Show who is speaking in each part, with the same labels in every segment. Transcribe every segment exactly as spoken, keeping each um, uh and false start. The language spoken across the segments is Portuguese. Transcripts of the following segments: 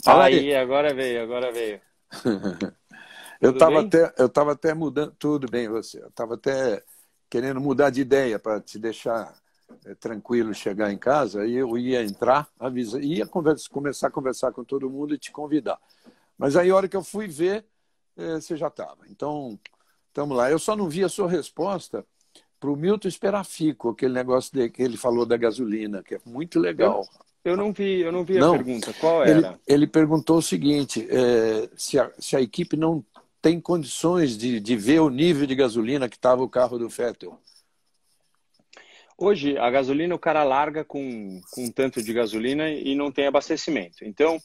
Speaker 1: Fala aí.
Speaker 2: Aí, agora veio, agora veio.
Speaker 1: Eu
Speaker 2: Tudo
Speaker 1: estava
Speaker 2: bem?
Speaker 1: até, eu tava até mudando, tudo bem você, eu estava até querendo mudar de ideia para te deixar eh, tranquilo chegar em casa, aí eu ia entrar, avisa, ia conversa, começar a conversar com todo mundo e te convidar. Mas aí a hora que eu fui ver, eh, você já estava. Então, estamos lá. Eu só não vi a sua resposta para o Milton Esperafico, aquele negócio de, que ele falou da gasolina, que é muito
Speaker 2: Eu, n-
Speaker 1: legal.
Speaker 2: eu não vi, eu não vi a
Speaker 1: Não,
Speaker 2: pergunta. Qual
Speaker 1: ele,
Speaker 2: era?
Speaker 1: ele perguntou o seguinte: é, se, a, se a equipe não tem condições de, de ver o nível de gasolina que estava o carro do Vettel.
Speaker 2: Hoje, a gasolina o cara larga com, com um tanto de gasolina e não tem abastecimento. Então,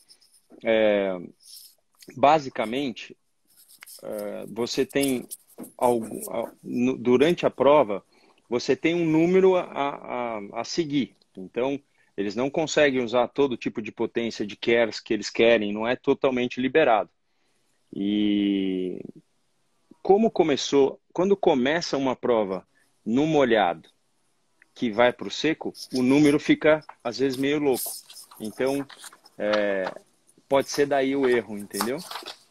Speaker 2: basicamente, eh, você tem algo, a- no- durante a prova, você tem um número a, a, a seguir. Então, eles não conseguem usar todo tipo de potência de KERS que eles querem, não é totalmente liberado. E como começou, quando começa uma prova no molhado que vai para o seco, o número fica às vezes meio louco. Então, pode ser daí o erro, entendeu?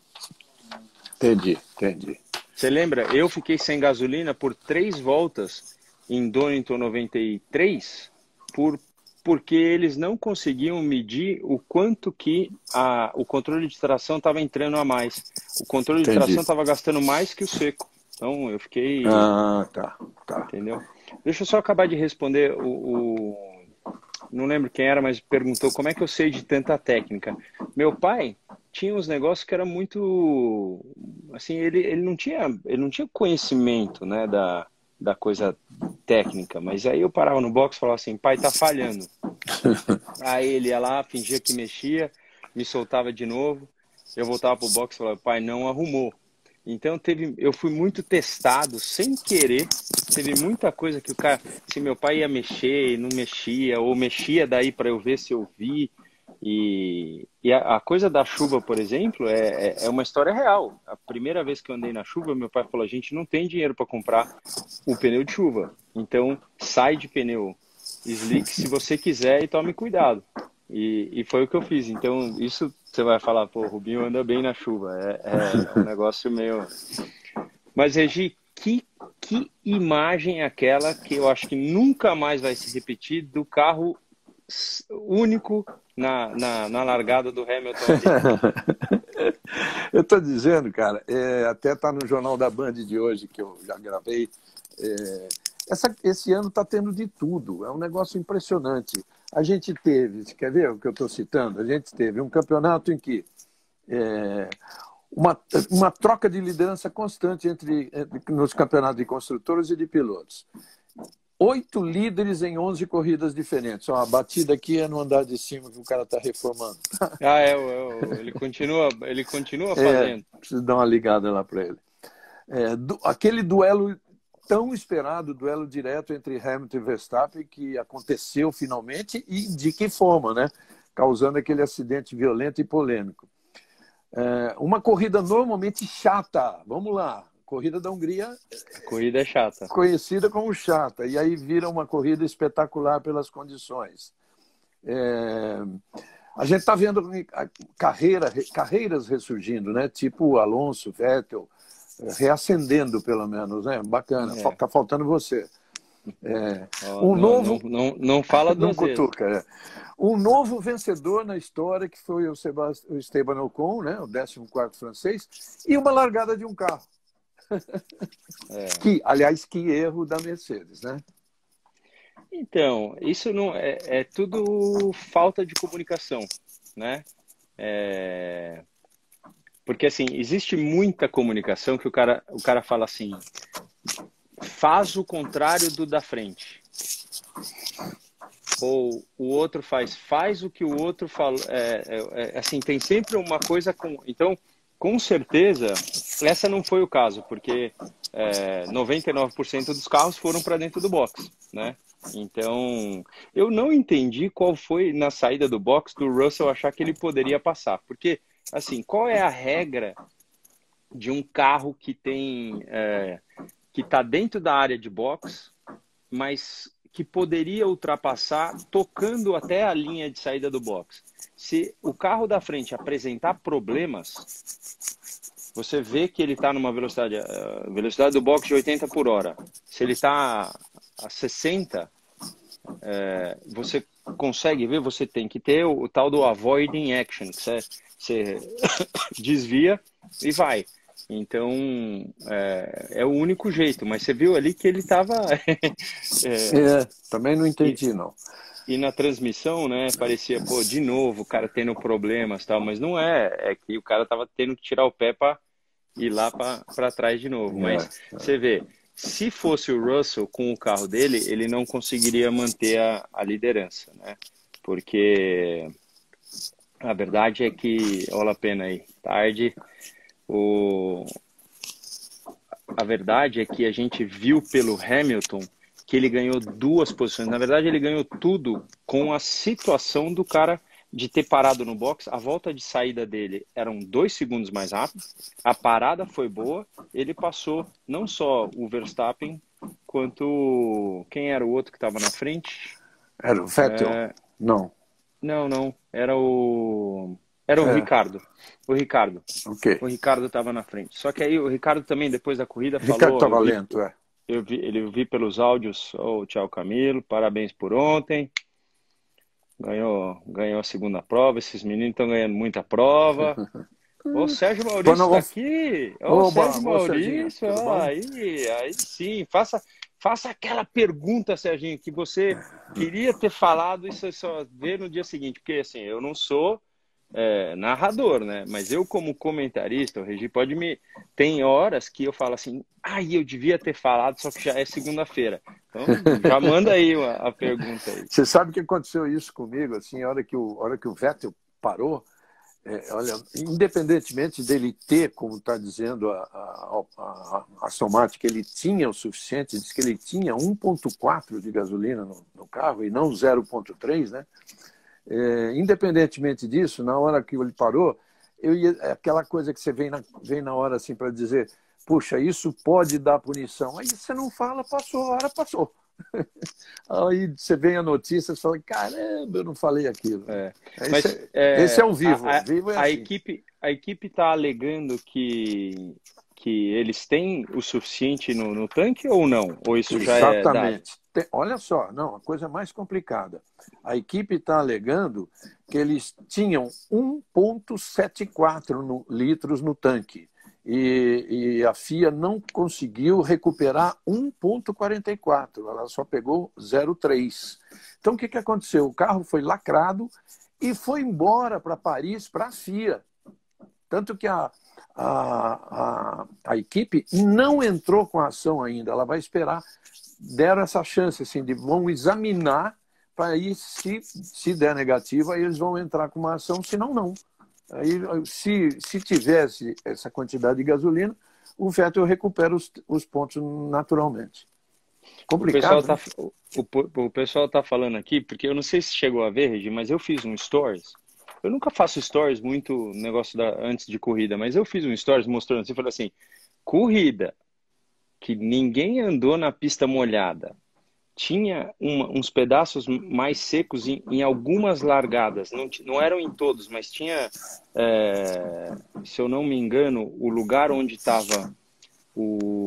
Speaker 1: Entendi, entendi.
Speaker 2: Você lembra? Eu fiquei sem gasolina por três voltas em Donington noventa e três por, porque eles não conseguiam medir o quanto que a, o controle de tração estava entrando a mais. O controle de
Speaker 1: Entendi.
Speaker 2: tração estava gastando mais que o seco. Então eu fiquei,
Speaker 1: Ah, tá, tá.
Speaker 2: entendeu? Deixa eu só acabar de responder o, o não lembro quem era, mas perguntou como é que eu sei de tanta técnica. Meu pai tinha uns negócios que era muito, assim, ele, ele não tinha, ele não tinha conhecimento, né, da, da coisa técnica, mas aí eu parava no box e falava assim, pai, tá falhando. Aí ele ia lá, fingia que mexia, me soltava de novo, eu voltava pro box e falava, pai, não arrumou. Então teve, eu fui muito testado sem querer. Teve muita coisa que o cara, se meu pai ia mexer e não mexia, ou mexia daí para eu ver se eu vi. E, e a, a coisa da chuva, por exemplo, é, é é uma história real. A primeira vez que eu andei na chuva, meu pai falou: a gente não tem dinheiro para comprar o pneu de chuva. Então sai de pneu slick se você quiser e tome cuidado. E, e foi o que eu fiz. Então, isso você vai falar, pô, o Rubinho anda bem na chuva. É, é um negócio meio. Mas, Regi, que, que imagem é aquela que eu acho que nunca mais vai se repetir do carro s- único na, na, na largada do Hamilton ali?
Speaker 1: Eu estou dizendo, cara, é, até está no Jornal da Band de hoje, que eu já gravei. é, essa- esse ano está tendo de tudo, é um negócio impressionante. A gente teve, você quer ver o que eu estou citando? A gente teve um campeonato em que é, uma, uma troca de liderança constante entre, entre nos campeonatos de construtores e de pilotos. Oito líderes em onze corridas diferentes. Ó, a batida aqui é no andar de cima que o cara está reformando.
Speaker 2: Ah, é, o- é o- ele continua, ele continua
Speaker 1: É,
Speaker 2: fazendo.
Speaker 1: preciso dar uma ligada lá para ele. É, du, aquele duelo tão esperado, duelo direto entre Hamilton e Verstappen, que aconteceu finalmente e de que forma, né? Causando aquele acidente violento e polêmico. É, uma corrida normalmente chata, vamos lá, corrida da Hungria
Speaker 2: A corrida é chata.
Speaker 1: conhecida como chata, e aí vira uma corrida espetacular pelas condições. É, a gente está vendo carreira, carreiras ressurgindo, né? Tipo Alonso, Vettel, reacendendo pelo menos, né? Bacana.
Speaker 2: É.
Speaker 1: Tá faltando você. É,
Speaker 2: Ó,
Speaker 1: um
Speaker 2: não, não,
Speaker 1: novo,
Speaker 2: não, não fala
Speaker 1: não
Speaker 2: duas vezes.
Speaker 1: cutuca, é. Um novo vencedor na história que foi o, Sebast... o Esteban Ocon, né? O décimo quarto francês, e uma largada de um carro.
Speaker 2: É.
Speaker 1: Que, aliás, que erro da Mercedes, né?
Speaker 2: Então, isso não é, é tudo falta de comunicação, né? É, porque assim, existe muita comunicação que o cara, o cara fala assim, faz o contrário do da frente. Ou o outro faz, faz o que o outro fala. É, é, é, assim, tem sempre uma coisa com. Então, com certeza, essa não foi o caso, porque é, noventa e nove por cento dos carros foram para dentro do box, né? Então, eu não entendi qual foi na saída do box do Russell achar que ele poderia passar, porque assim, qual é a regra de um carro que tem é, que está dentro da área de box, mas que poderia ultrapassar tocando até a linha de saída do box? Se o carro da frente apresentar problemas, você vê que ele está numa velocidade, uh, velocidade do box de oitenta por hora. Se ele está a sessenta, é, você consegue ver, você tem que ter o, o tal do avoiding action, que você, você desvia e vai. Então, é, é o único jeito. Mas você viu ali que ele estava...
Speaker 1: é, é, também não entendi,
Speaker 2: e,
Speaker 1: não.
Speaker 2: E na transmissão, né, parecia, pô, de novo o cara tendo problemas e tal, mas não é. É que o cara tava tendo que tirar o pé para ir lá para trás de novo. Mas
Speaker 1: É, é.
Speaker 2: você vê, se fosse o Russell com o carro dele, ele não conseguiria manter a, a liderança, né? Porque a verdade é que, olha a pena aí, tarde, o... a verdade é que a gente viu pelo Hamilton que ele ganhou duas posições. Na verdade, ele ganhou tudo com a situação do cara de ter parado no box. A volta de saída dele eram dois segundos mais rápido. A parada foi boa. Ele passou não só o Verstappen, quanto... Quem era o outro que estava na frente?
Speaker 1: Era o Vettel?
Speaker 2: É...
Speaker 1: Não.
Speaker 2: Não, não. Era o... Era o
Speaker 1: É.
Speaker 2: Ricardo. O Ricardo.
Speaker 1: Okay.
Speaker 2: O Ricardo estava na frente. Só que aí o Ricardo também, depois da corrida,
Speaker 1: o
Speaker 2: falou...
Speaker 1: Ricardo estava
Speaker 2: vi...
Speaker 1: lento, é.
Speaker 2: Eu vi, ele vi pelos áudios, oh, tchau Camilo, parabéns por ontem, ganhou, ganhou a segunda prova, esses meninos estão ganhando muita prova. Ô Sérgio Maurício tá
Speaker 1: vamos...
Speaker 2: aqui, ô
Speaker 1: Oba,
Speaker 2: Sérgio Maurício,
Speaker 1: Serginho,
Speaker 2: ó, aí, aí sim, faça, faça aquela pergunta, Serginho, que você queria ter falado e você só vê no dia seguinte, porque assim, eu não sou... É, narrador, né? Mas eu como comentarista, o Regi pode me... Tem horas que eu falo assim, ai, eu devia ter falado, só que já é segunda-feira. Então, já manda aí a, a pergunta aí.
Speaker 1: Você sabe que aconteceu isso comigo, assim, a hora que o, a hora que o Vettel parou, é, olha, independentemente dele ter, como está dizendo a, a, a, a Aston Martin, que ele tinha o suficiente, diz que ele tinha um ponto quatro de gasolina no, no carro e não zero ponto três, né? É, independentemente disso, na hora que ele parou, eu ia, aquela coisa que você vem na, vem na hora assim para dizer, puxa, isso pode dar punição. Aí você não fala, passou, a hora passou. Aí você vem a notícia e fala, caramba, eu não falei aquilo.
Speaker 2: É.
Speaker 1: Esse,
Speaker 2: Mas,
Speaker 1: é,
Speaker 2: é,
Speaker 1: esse é o vivo.
Speaker 2: A, a,
Speaker 1: vivo é
Speaker 2: a
Speaker 1: assim.
Speaker 2: equipe a equipe está alegando que, que eles têm o suficiente no, no tanque ou não? Ou isso já é dado?
Speaker 1: Exatamente. Tem, olha só, não, a coisa mais complicada. A equipe está alegando que eles tinham um ponto setenta e quatro no, litros no tanque. E, e a F I A não conseguiu recuperar um ponto quarenta e quatro. Ela só pegou zero vírgula três. Então, o que, que aconteceu? O carro foi lacrado e foi embora para Paris, para a F I A. Tanto que a, a, a, a equipe não entrou com a ação ainda. Ela vai esperar. Deram essa chance, assim, de vão examinar para aí, se, se der negativa, aí eles vão entrar com uma ação, senão não. Aí, se, se tivesse essa quantidade de gasolina, o Vettel recupera os, os pontos naturalmente. Complicado,
Speaker 2: o pessoal tá, né? o, o pessoal tá falando aqui, porque eu não sei se chegou a ver, Regi, mas eu fiz um stories. Eu nunca faço stories muito negócio da, antes de corrida, mas eu fiz um stories mostrando assim, falei assim, corrida que ninguém andou na pista molhada, tinha uma, uns pedaços mais secos em, em algumas largadas, não, não eram em todos, mas tinha, é, se eu não me engano, o lugar onde estava o,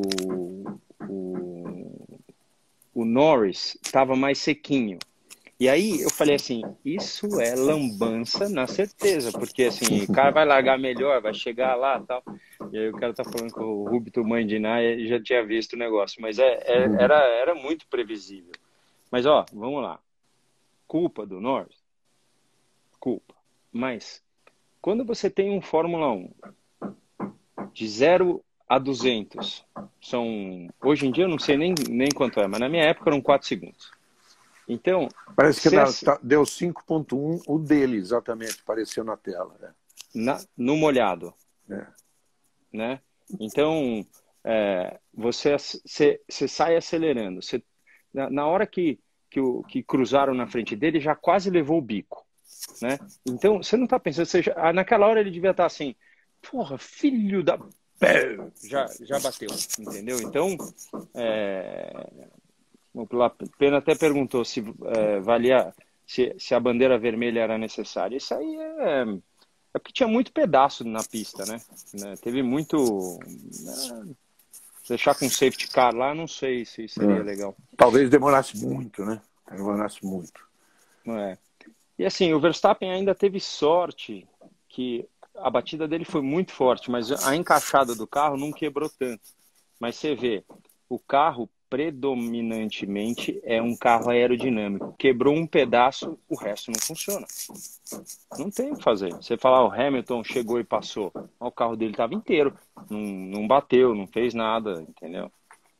Speaker 2: o, o Norris estava mais sequinho. E aí eu falei assim, isso é lambança na certeza, porque assim, o cara vai largar melhor, vai chegar lá e tal. E aí o cara tá falando que o Rubito Mandiná já tinha visto o negócio, mas é, é, era, era muito previsível. Mas ó, vamos lá. Culpa do Norris? Culpa. Mas quando você tem um Fórmula um de zero a duzentos, são, hoje em dia eu não sei nem, nem quanto é, mas na minha época eram quatro segundos. Então,
Speaker 1: parece que dá,
Speaker 2: assim,
Speaker 1: deu cinco ponto um, o dele exatamente, apareceu na tela. Né?
Speaker 2: Na, no molhado.
Speaker 1: É.
Speaker 2: Né? Então, é, você, você, você sai acelerando. Você, na, na hora que, que, o, que cruzaram na frente dele, já quase levou o bico. Né? Então, você não está pensando... Você já, naquela hora ele devia estar assim, porra, filho da... Já, já bateu, entendeu? Então, é, o Pena até perguntou se é, valia, se, se a bandeira vermelha era necessária. Isso aí é, é porque tinha muito pedaço na pista, né? né? Teve muito... Né? Deixar com safety car lá, não sei se seria
Speaker 1: É.
Speaker 2: legal.
Speaker 1: Talvez demorasse muito, né? Demorasse muito.
Speaker 2: Não é. E assim, o Verstappen ainda teve sorte que a batida dele foi muito forte, mas a encaixada do carro não quebrou tanto. Mas você vê, o carro predominantemente é um carro aerodinâmico. Quebrou um pedaço, o resto não funciona. Não tem o que fazer. Você falar, o Hamilton chegou e passou. O carro dele estava inteiro. Não, não bateu, não fez nada, entendeu?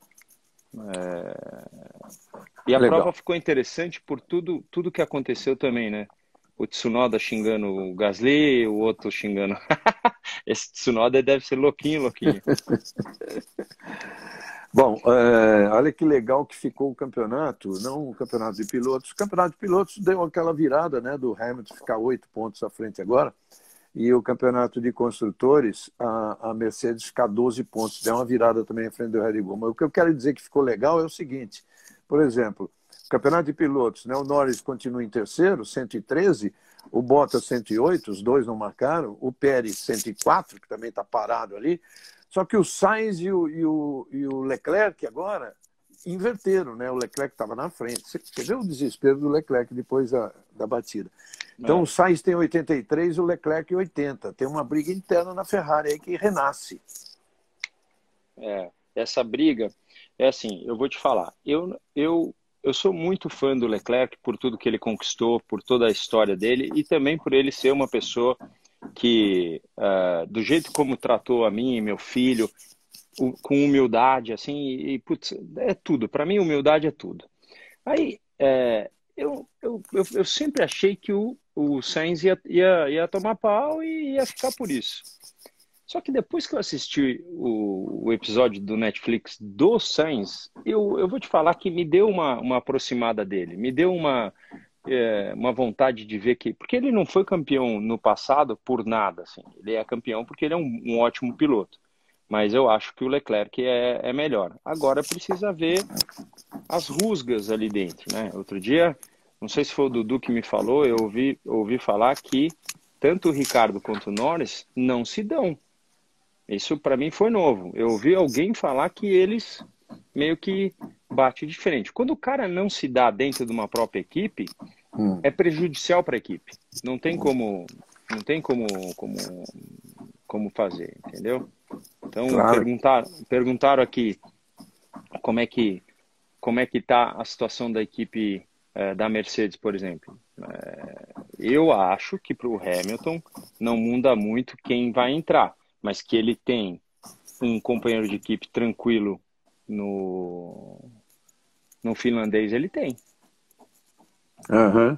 Speaker 2: É... E a
Speaker 1: Legal.
Speaker 2: prova ficou interessante por tudo, tudo que aconteceu também, né? O Tsunoda xingando o Gasly, o outro xingando... Esse Tsunoda deve ser louquinho, louquinho.
Speaker 1: Bom, é, olha que legal que ficou o campeonato, não o campeonato de pilotos. O campeonato de pilotos deu aquela virada, né, do Hamilton ficar oito pontos à frente agora, e o campeonato de construtores, a, a Mercedes ficar doze pontos, deu uma virada também à frente do Red Bull. Mas o que eu quero dizer que ficou legal é o seguinte, por exemplo, o campeonato de pilotos, né, o Norris continua em terceiro, cento e treze, o Bottas cento e oito, os dois não marcaram, o Pérez cento e quatro, que também está parado ali. Só que o Sainz e o, e o, e o Leclerc agora inverteram, né? O Leclerc estava na frente. Você, você vê o desespero do Leclerc depois da, da batida. Então é. O Sainz tem oitenta e três, o Leclerc oitenta. Tem uma briga interna na Ferrari aí que renasce.
Speaker 2: É, essa briga, é assim, eu vou te falar, eu, eu, eu sou muito fã do Leclerc por tudo que ele conquistou, por toda a história dele e também por ele ser uma pessoa que, uh, do jeito como tratou a mim e meu filho, o, com humildade, assim, e, putz, é tudo. Para mim, humildade é tudo. Aí, é, eu, eu, eu, eu sempre achei que o, o Sainz ia, ia, ia tomar pau e ia ficar por isso. Só que depois que eu assisti o, o episódio do Netflix do Sainz, eu, eu vou te falar que me deu uma, uma aproximada dele, me deu uma... É, uma vontade de ver que... Porque ele não foi campeão no passado por nada, assim. Ele é campeão porque ele é um, um ótimo piloto. Mas eu acho que o Leclerc é, é melhor. Agora precisa ver as rusgas ali dentro, né? Outro dia, não sei se foi o Dudu que me falou, eu ouvi, ouvi falar que tanto o Ricardo quanto o Norris não se dão. Isso para mim foi novo. Eu ouvi alguém falar que eles meio que bate diferente. Quando o cara não se dá dentro de uma própria equipe, hum. é prejudicial para a equipe. Não tem como, não tem como, como, como fazer, entendeu? Então claro. perguntaram, perguntaram aqui como é que como é que está a situação da equipe é, da Mercedes, por exemplo. É, eu acho que para o Hamilton não muda muito quem vai entrar, mas que ele tem um companheiro de equipe tranquilo no, no finlandês, ele tem.
Speaker 1: Uhum.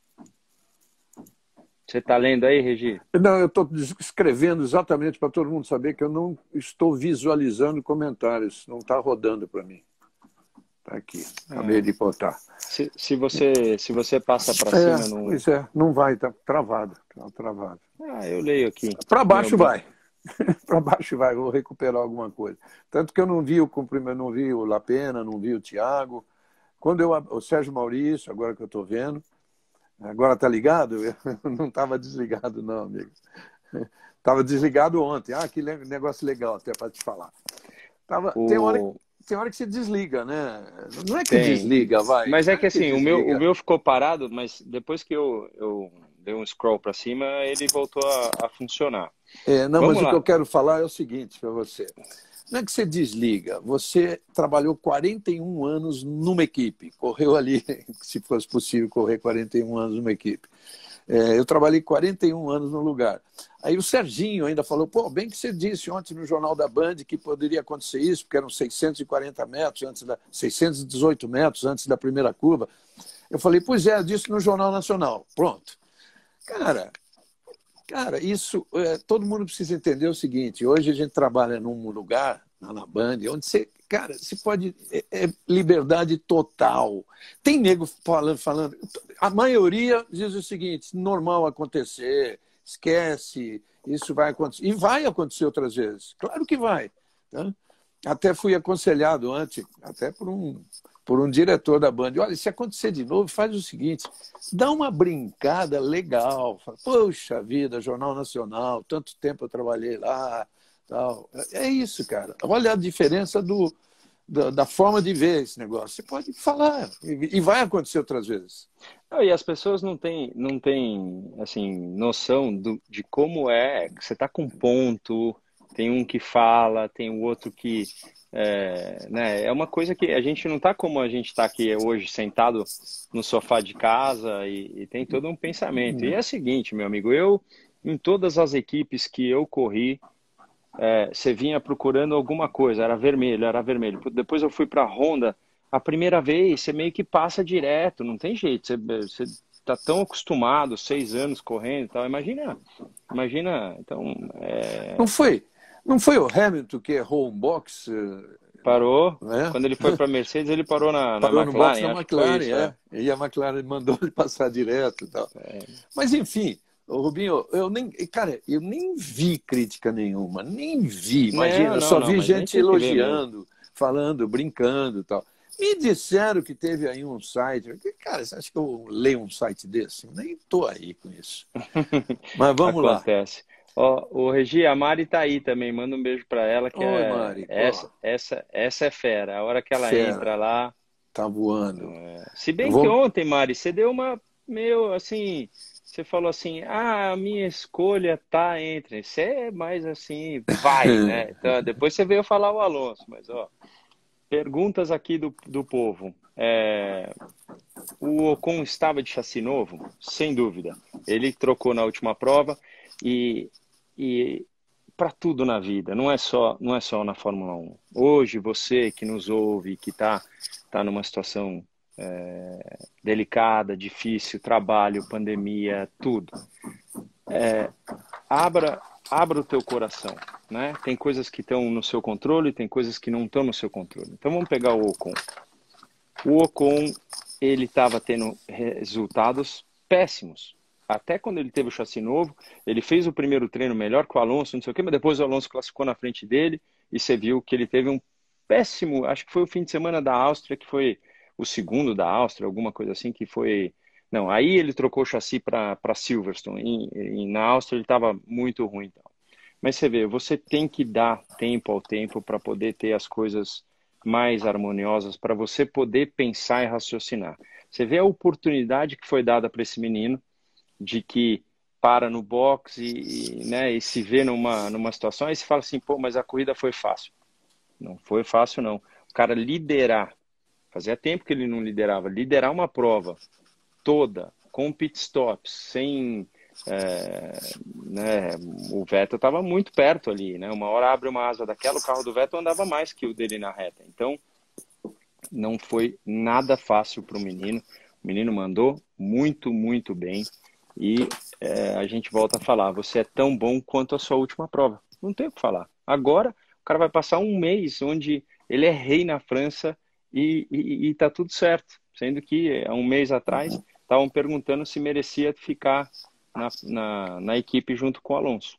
Speaker 2: Você está lendo aí, Regi?
Speaker 1: Não, eu estou escrevendo exatamente para todo mundo saber que eu não estou visualizando comentários, não está rodando para mim. Está aqui, acabei é. de botar.
Speaker 2: Se, se, você, se você passa para
Speaker 1: é,
Speaker 2: cima... Não...
Speaker 1: Pois é, não vai, está travado. Tá travado.
Speaker 2: Ah, eu leio aqui.
Speaker 1: Para baixo vai. Para baixo vai, vou recuperar alguma coisa. Tanto que eu não vi o cumprimento, não vi o Lapena, não vi o Thiago. Quando eu, o Sérgio Maurício, agora que eu estou vendo, agora está ligado? Eu não estava desligado, não, amigo. Estava desligado ontem. Ah, que negócio legal até para te falar. Tava, o... tem, hora, tem hora que você desliga, né? Não é que tem. desliga, vai.
Speaker 2: Mas é que
Speaker 1: é
Speaker 2: assim, que o, meu, o meu ficou parado, mas depois que eu, eu dei um scroll para cima, ele voltou a, a funcionar.
Speaker 1: É, não, Vamos mas lá. O que eu quero falar é o seguinte para você. Não é que você desliga, você trabalhou quarenta e um anos numa equipe, correu ali, se fosse possível correr quarenta e um anos numa equipe. É, eu trabalhei quarenta e um anos no lugar. Aí o Serginho ainda falou, pô, bem que você disse ontem no Jornal da Band que poderia acontecer isso, porque eram seiscentos e quarenta metros, antes da, seiscentos e dezoito metros antes da primeira curva. Eu falei, pois é, eu disse no Jornal Nacional. Pronto. Cara... Cara, isso, é, todo mundo precisa entender o seguinte, hoje a gente trabalha num lugar, na Band, onde você, cara, você pode, é, é liberdade total. Tem nego falando, falando, a maioria diz o seguinte, normal acontecer, esquece, isso vai acontecer. E vai acontecer outras vezes, claro que vai. Tá? Até fui aconselhado antes, até por um por um diretor da Band. Olha, se acontecer de novo, faz o seguinte, dá uma brincada legal. Fala, poxa vida, Jornal Nacional, tanto tempo eu trabalhei lá. Tal. É isso, cara. Olha a diferença do, da, da forma de ver esse negócio. Você pode falar, e, e vai acontecer outras vezes.
Speaker 2: Não, e as pessoas não têm, não têm assim, noção do, de como é. Você está com ponto, tem um que fala, tem o outro que... É, né, é uma coisa que a gente não está como a gente está aqui hoje, sentado no sofá de casa e, e tem todo um pensamento. E é o seguinte, meu amigo, eu, em todas as equipes que eu corri, É, você vinha procurando alguma coisa, era vermelho, era vermelho. Depois eu fui para a Honda, a primeira vez você meio que passa direto, não tem jeito. Você, você tá tão acostumado, seis anos correndo e tal. Imagina, imagina, então, é,
Speaker 1: Não foi, não foi o Hamilton que errou um box,
Speaker 2: parou.
Speaker 1: né?
Speaker 2: Quando ele foi para a Mercedes, ele parou na, na
Speaker 1: Parou no box
Speaker 2: McLaren,
Speaker 1: da
Speaker 2: acho que foi
Speaker 1: McLaren,
Speaker 2: isso.
Speaker 1: é.
Speaker 2: É.
Speaker 1: E a McLaren mandou ele passar direto e tal.
Speaker 2: É.
Speaker 1: Mas, enfim, ô, Rubinho, eu nem, cara, eu nem vi crítica nenhuma, nem vi, imagina,
Speaker 2: Não,
Speaker 1: eu
Speaker 2: não,
Speaker 1: só
Speaker 2: não,
Speaker 1: vi
Speaker 2: mas nem
Speaker 1: gente
Speaker 2: tem que ver mesmo.
Speaker 1: elogiando, falando, brincando e tal. Me disseram que teve aí um site. Cara, você acha que eu leio um site desse? Eu nem tô aí com isso. Mas vamos lá.
Speaker 2: Acontece. Ó, o Regi, a Mari tá aí também. Manda um beijo para ela, que
Speaker 1: Oi,
Speaker 2: é
Speaker 1: Mari, pô,
Speaker 2: essa, essa, essa é fera. A hora que ela entra
Speaker 1: fera,
Speaker 2: lá.
Speaker 1: tá voando.
Speaker 2: Se
Speaker 1: Eu
Speaker 2: bem que
Speaker 1: vou.
Speaker 2: ontem, Mari, você deu uma meio assim, você falou assim, ah, a minha escolha tá entre. Você é mais assim, vai, né? Então, depois você veio falar o Alonso, mas ó, perguntas aqui do, do povo. É, o Ocon estava de chassi novo? Sem dúvida. Ele trocou na última prova e, e para tudo na vida, não é só, não é só na Fórmula Um. Hoje, você que nos ouve, que está tá numa situação é, delicada, difícil, trabalho, pandemia, tudo. É, abra, abra o teu coração, né? Tem coisas que estão no seu controle, tem coisas que não estão no seu controle. Então vamos pegar o Ocon. O Ocon, ele estava tendo resultados péssimos. Até quando ele teve o chassi novo, ele fez o primeiro treino melhor que o Alonso, não sei o quê, mas depois o Alonso classificou na frente dele e você viu que ele teve um péssimo, acho que foi o fim de semana da Áustria, que foi o segundo da Áustria, alguma coisa assim, que foi... Não, aí ele trocou o chassi para Silverstone, e, e na Áustria ele estava muito ruim. Então. Mas você vê, você tem que dar tempo ao tempo para poder ter as coisas mais harmoniosas, para você poder pensar e raciocinar. Você vê a oportunidade que foi dada para esse menino, de que para no box e, e, né, e se vê numa, numa situação, aí você fala assim, pô, mas a corrida foi fácil. Não foi fácil, não. O cara liderar, fazia tempo que ele não liderava, liderar uma prova toda, com pit stops, sem... É, né, o Vettel estava muito perto ali, né? Uma hora abre uma asa daquela, o carro do Vettel andava mais que o dele na reta. Então, não foi nada fácil para o menino. O menino mandou muito, muito bem. E é, a gente volta a falar, você é tão bom quanto a sua última prova. Não tem o que falar. Agora, o cara vai passar um mês onde ele é rei na França e, e, e tá tudo certo. Sendo que há um mês atrás estavam perguntando se merecia ficar na, na, na equipe junto com o Alonso.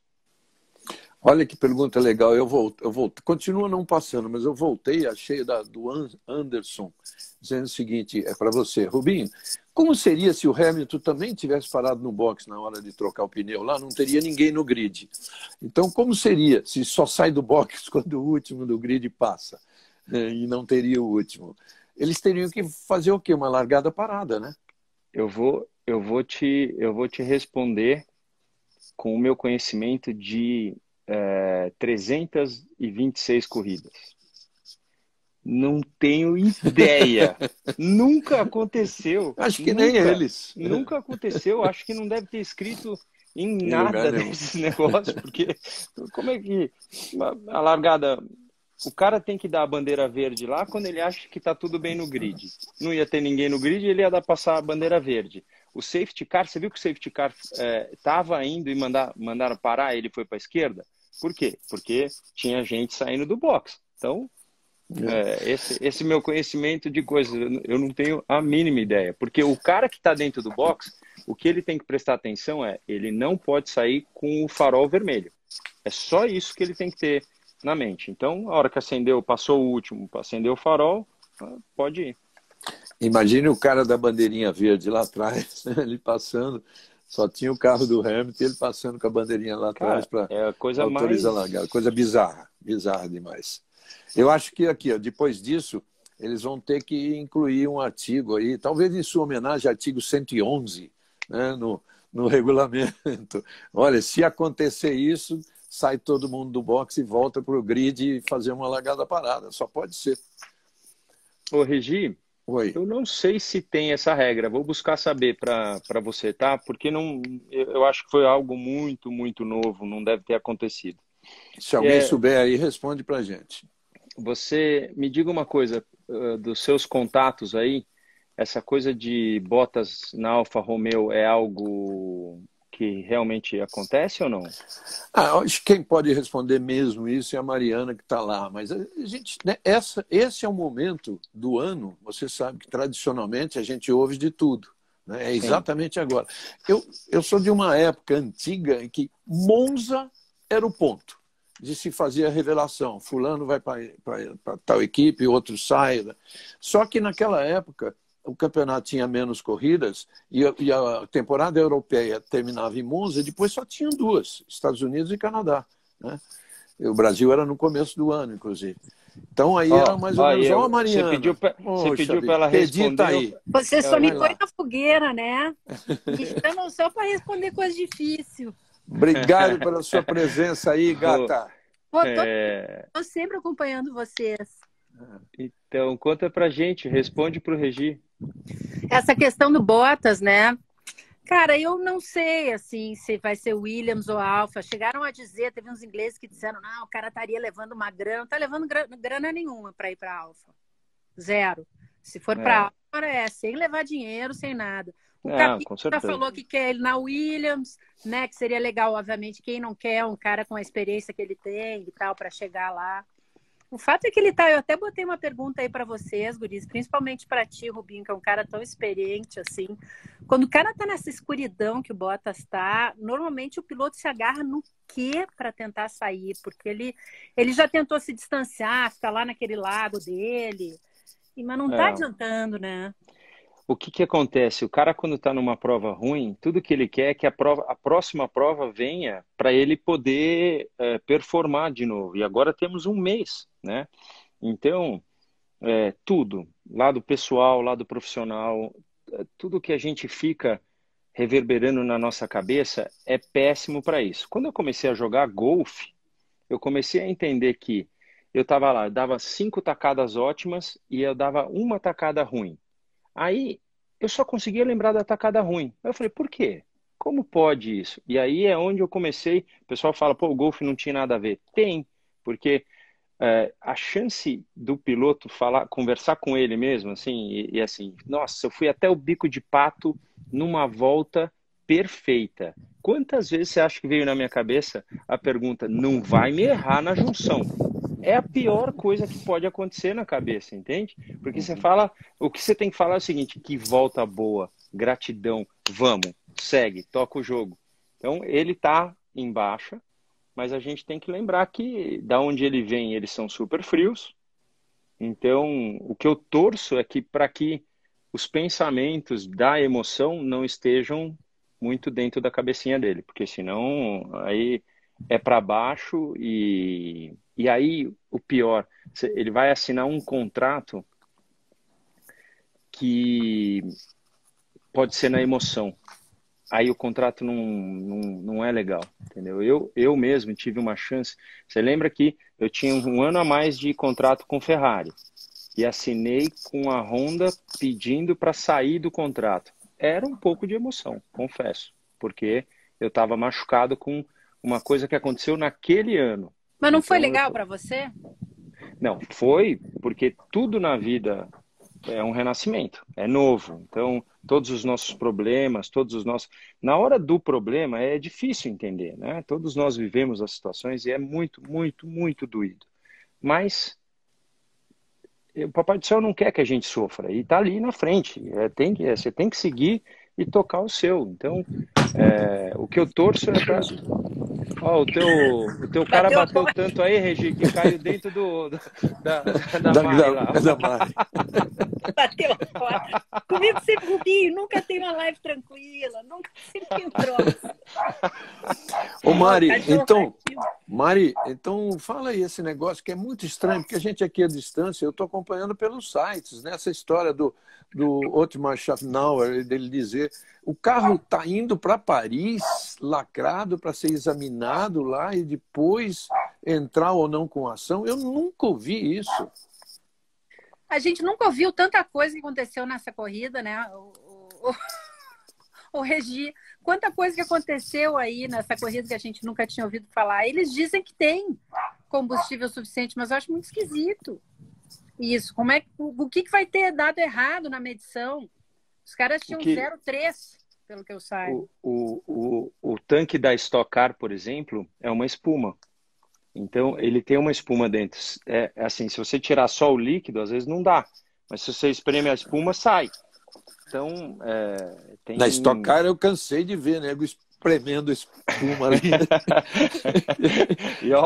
Speaker 1: Olha que pergunta legal. Eu voltei, eu voltei, continua não passando, mas eu voltei, achei da, do Anderson, dizendo o seguinte, é para você, Rubinho, como seria se o Hamilton também tivesse parado no box na hora de trocar o pneu lá? Não teria ninguém no grid. Então, como seria se só sai do box quando o último do grid passa e não teria o último? Eles teriam que fazer o quê? Uma largada parada, né?
Speaker 2: Eu vou, eu vou te, eu vou te responder com o meu conhecimento de é, trezentas e vinte e seis corridas. Não tenho ideia. Nunca aconteceu.
Speaker 1: Acho que
Speaker 2: nunca,
Speaker 1: nem eles.
Speaker 2: Nunca aconteceu. Acho que não deve ter escrito em
Speaker 1: Em
Speaker 2: nada
Speaker 1: lugar nenhum.
Speaker 2: desses negócios, porque como é que a largada... O cara tem que dar a bandeira verde lá quando ele acha que está tudo bem no grid. Não ia ter ninguém no grid, ele ia dar passar a bandeira verde. O safety car, você viu que o safety car estava é, indo e mandar, mandaram parar, ele foi para a esquerda? Por quê? Porque tinha gente saindo do box. Então, é, esse, esse meu conhecimento de coisas, eu não tenho a mínima ideia. Porque o cara que está dentro do box, o que ele tem que prestar atenção é, ele não pode sair com o farol vermelho. É só isso que ele tem que ter na mente. Então, a hora que acendeu, passou o último, acendeu o farol, pode ir.
Speaker 1: Imagine o cara da bandeirinha verde lá atrás, ele passando, só tinha o carro do Hamilton, ele passando com a bandeirinha lá atrás
Speaker 2: Cara,
Speaker 1: para
Speaker 2: é a coisa
Speaker 1: autorizar a
Speaker 2: mais...
Speaker 1: largada. Coisa bizarra, bizarra demais. Eu acho que aqui, ó, depois disso, eles vão ter que incluir um artigo aí, talvez em sua homenagem, artigo cento e onze, né, no, no regulamento. Olha, se acontecer isso, sai todo mundo do boxe e volta para o grid e fazer uma largada parada. Só pode ser.
Speaker 2: Ô, Regi,
Speaker 1: Oi.
Speaker 2: eu não sei se tem essa regra. Vou buscar saber para para você, tá? Porque não, eu eu acho que foi algo muito, muito novo. Não deve ter acontecido.
Speaker 1: Se alguém
Speaker 2: É,
Speaker 1: souber aí, responde para a gente.
Speaker 2: você me diga uma coisa, uh, dos seus contatos aí, essa coisa de botas na Alfa Romeo é algo que realmente acontece ou não?
Speaker 1: Ah, acho que quem pode responder mesmo isso é a Mariana que está lá. Mas a gente, né, essa, esse é o momento do ano, você sabe que tradicionalmente a gente ouve de tudo. Né? É
Speaker 2: Sim.
Speaker 1: exatamente agora. Eu, eu sou de uma época antiga em que Monza era o ponto de se fazer a revelação. Fulano vai para tal equipe, outro sai. Só que naquela época o campeonato tinha menos corridas e a, e a temporada europeia terminava em Monza e depois só tinham duas, Estados Unidos e Canadá. Né? E o Brasil era no começo do ano, inclusive. Então aí
Speaker 2: Ó,
Speaker 1: era mais ou
Speaker 2: ó,
Speaker 1: menos, ó,
Speaker 2: eu, você pediu
Speaker 1: Mariana,
Speaker 2: pra, você
Speaker 1: poxa
Speaker 2: pediu para
Speaker 1: vida,
Speaker 2: ela
Speaker 1: pedi tá
Speaker 2: responder.
Speaker 1: aí,
Speaker 2: eu-
Speaker 3: Você só
Speaker 2: eu-
Speaker 3: me
Speaker 1: vai
Speaker 3: põe
Speaker 1: lá.
Speaker 3: na fogueira, né? Me chamam só para responder coisa difícil.
Speaker 1: Obrigado pela sua presença aí,
Speaker 2: Ô,
Speaker 1: gata.
Speaker 3: Pô, tô,
Speaker 2: é,
Speaker 3: tô sempre acompanhando vocês.
Speaker 2: então, conta pra gente, responde pro Regi.
Speaker 3: Essa questão do Bottas, né? Cara, eu não sei, assim, se vai ser Williams ou Alfa. Chegaram a dizer, teve uns ingleses que disseram, não, o cara estaria levando uma grana. Não tá levando grana, grana nenhuma para ir para Alfa. Zero. Se for
Speaker 2: É,
Speaker 3: para Alfa, é sem levar dinheiro, sem nada. O
Speaker 2: não,
Speaker 3: Capita
Speaker 2: com
Speaker 3: já
Speaker 2: certeza.
Speaker 3: falou que quer ele na Williams, né? Que seria legal, obviamente, quem não quer um cara com a experiência que ele tem e tal, para chegar lá. O fato é que ele tá. Eu até botei uma pergunta aí para vocês, guris, principalmente para ti, Rubinho, que é um cara tão experiente assim. Quando o cara tá nessa escuridão que o Bottas tá, normalmente o piloto se agarra no quê para tentar sair? Porque ele, ele já tentou se distanciar, ficar lá naquele lago dele, e- mas não tá
Speaker 2: É.
Speaker 3: adiantando, né?
Speaker 2: O que que acontece? O cara, quando está numa prova ruim, tudo que ele quer é que a prova, a próxima prova venha para ele poder é, performar de novo. E agora temos um mês, né? Então, é, tudo, lado pessoal, lado profissional, é, tudo que a gente fica reverberando na nossa cabeça é péssimo para isso. Quando eu comecei a jogar golfe, eu comecei a entender que eu estava lá, eu dava cinco tacadas ótimas e eu dava uma tacada ruim. Aí eu só conseguia lembrar da tacada ruim. Aí eu falei, por quê? Como pode isso? E aí é onde eu comecei. O pessoal fala, pô, o golfe não tinha nada a ver. Tem, porque é, a chance do piloto falar, conversar com ele mesmo, assim, e, e assim, nossa, eu fui até o bico de pato numa volta perfeita. Quantas vezes você acha que veio na minha cabeça a pergunta, não vai me errar na junção? É a pior coisa que pode acontecer na cabeça, entende? Porque você fala, o que você tem que falar é o seguinte, que volta boa, gratidão, vamos, segue, toca o jogo. Então, ele tá em baixa, mas a gente tem que lembrar que da onde ele vem, eles são super frios. Então, o que eu torço é que para que os pensamentos da emoção não estejam muito dentro da cabecinha dele, porque senão aí é para baixo e, e aí o pior, ele vai assinar um contrato que pode ser na emoção. Aí o contrato não, não, não é legal, entendeu? Eu, eu mesmo tive uma chance. Você lembra que eu tinha um ano a mais de contrato com Ferrari e assinei com a Honda pedindo para sair do contrato. Era um pouco de emoção, confesso, porque eu estava machucado com uma coisa que aconteceu naquele ano.
Speaker 3: Mas não foi
Speaker 2: Então,
Speaker 3: legal
Speaker 2: eu...
Speaker 3: para você?
Speaker 2: Não, foi porque tudo na vida é um renascimento, é novo. Então, todos os nossos problemas, todos os nossos... Na hora do problema é difícil entender, né? Todos nós vivemos as situações e é muito, muito, muito doído. Mas o Papai do Céu não quer que a gente sofra e está ali na frente. É, tem que, é, você tem que seguir e tocar o seu. Então, é, o que eu torço é para Ó, o teu, o teu cara bateu, bateu tanto aí, Regi, que caiu dentro do, do da, da, da Mari lá.
Speaker 1: Da Mari.
Speaker 3: Bateu fora. Comigo sempre, Rubinho, nunca tem uma live tranquila, nunca sempre tem um troço.
Speaker 1: Ô, Mari, então, Mari, então fala aí esse negócio que é muito estranho, porque a gente aqui à distância, eu estou acompanhando pelos sites, né? Essa história do, do Otmar Schaffnauer, dele dizer, o carro está indo para Paris, lacrado, para ser examinado lá e depois entrar ou não com ação. Eu nunca ouvi isso.
Speaker 3: A gente nunca ouviu tanta coisa que aconteceu nessa corrida, né? O, o, o Regi, quanta coisa que aconteceu aí nessa corrida que a gente nunca tinha ouvido falar. Eles dizem que tem combustível suficiente, mas eu acho muito esquisito isso. Como é, o, o que, que vai ter dado errado na medição? Os caras tinham
Speaker 2: que...
Speaker 3: zero vírgula três, pelo que eu saiba.
Speaker 2: O, o, o, o tanque da Stock Car, por exemplo, é uma espuma. Então, ele tem uma espuma dentro. É assim, se você tirar só o líquido, às vezes não dá. Mas se você espreme a espuma, sai. Então, é, tem...
Speaker 1: Na Stock Car eu cansei de ver, nego, espremendo espuma.
Speaker 3: e ó...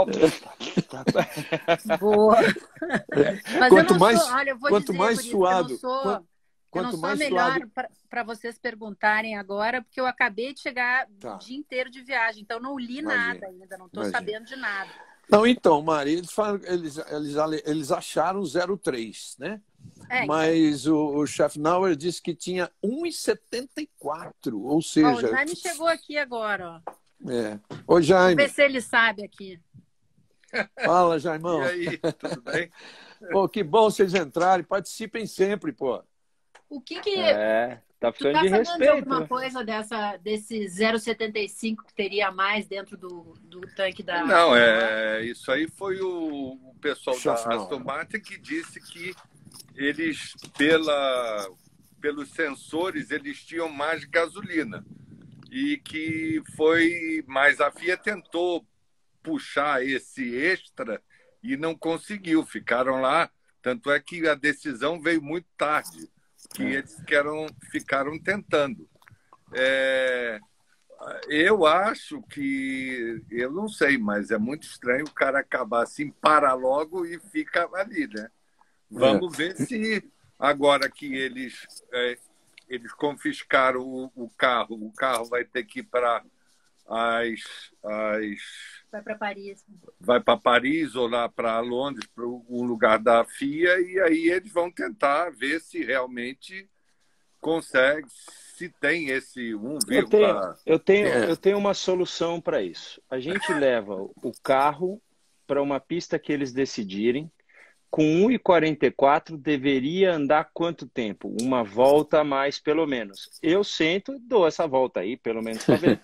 Speaker 3: Boa. Mas
Speaker 1: quanto
Speaker 3: eu não
Speaker 1: mais,
Speaker 3: sou, olha, eu vou
Speaker 1: quanto
Speaker 3: dizer,
Speaker 1: mais suado...
Speaker 3: Eu não sou,
Speaker 1: quanto,
Speaker 3: eu
Speaker 1: quanto
Speaker 3: não sou
Speaker 1: mais
Speaker 3: a melhor
Speaker 1: suado...
Speaker 3: para vocês perguntarem agora, porque eu acabei de chegar
Speaker 1: tá.
Speaker 3: o dia inteiro de viagem, então não li Imagina. nada ainda, não estou sabendo de nada.
Speaker 1: Não, então, Mari, eles, falam, eles, eles, eles acharam zero vírgula três, né? É, Mas então. o, o Schaffnauer disse que tinha um vírgula setenta e quatro, ou seja... Ó,
Speaker 3: o Jaime chegou aqui agora, ó.
Speaker 1: É. Ô, Jaime.
Speaker 3: Vamos ver se ele sabe aqui.
Speaker 1: Fala, Jaimão.
Speaker 4: E aí, tudo bem?
Speaker 1: Pô, que bom vocês entrarem, participem sempre, pô.
Speaker 3: O que que...
Speaker 2: É, tá ficando
Speaker 3: tu tá
Speaker 2: de
Speaker 3: sabendo
Speaker 2: respeito.
Speaker 3: De alguma coisa dessa, desse zero vírgula setenta e cinco que teria a mais dentro do, do tanque da...
Speaker 4: Não, é, isso aí foi o, o pessoal
Speaker 1: Schaffnauer.
Speaker 4: da Aston Martin que disse que eles, pela, pelos sensores, eles tinham mais gasolina. E que foi... Mas a F I A tentou puxar esse extra e não conseguiu. Ficaram lá. Tanto é que a decisão veio muito tarde. Que eles queram, ficaram tentando. É, eu acho que... Eu não sei, mas é muito estranho o cara acabar assim, para logo e fica ali, né? Vamos é. ver se agora que eles, é, eles confiscaram o, o carro, o carro vai ter que ir para as, as...
Speaker 3: Vai para Paris.
Speaker 4: Vai para Paris ou lá para Londres, para um lugar da F I A, e aí eles vão tentar ver se realmente consegue, se tem esse um vírgula...
Speaker 2: Eu tenho, eu tenho, eu tenho uma solução para isso. A gente leva o carro para uma pista que eles decidirem. Com um vírgula quarenta e quatro deveria andar quanto tempo? Uma volta a mais, pelo menos. Eu sento e dou essa volta aí, pelo menos para ver.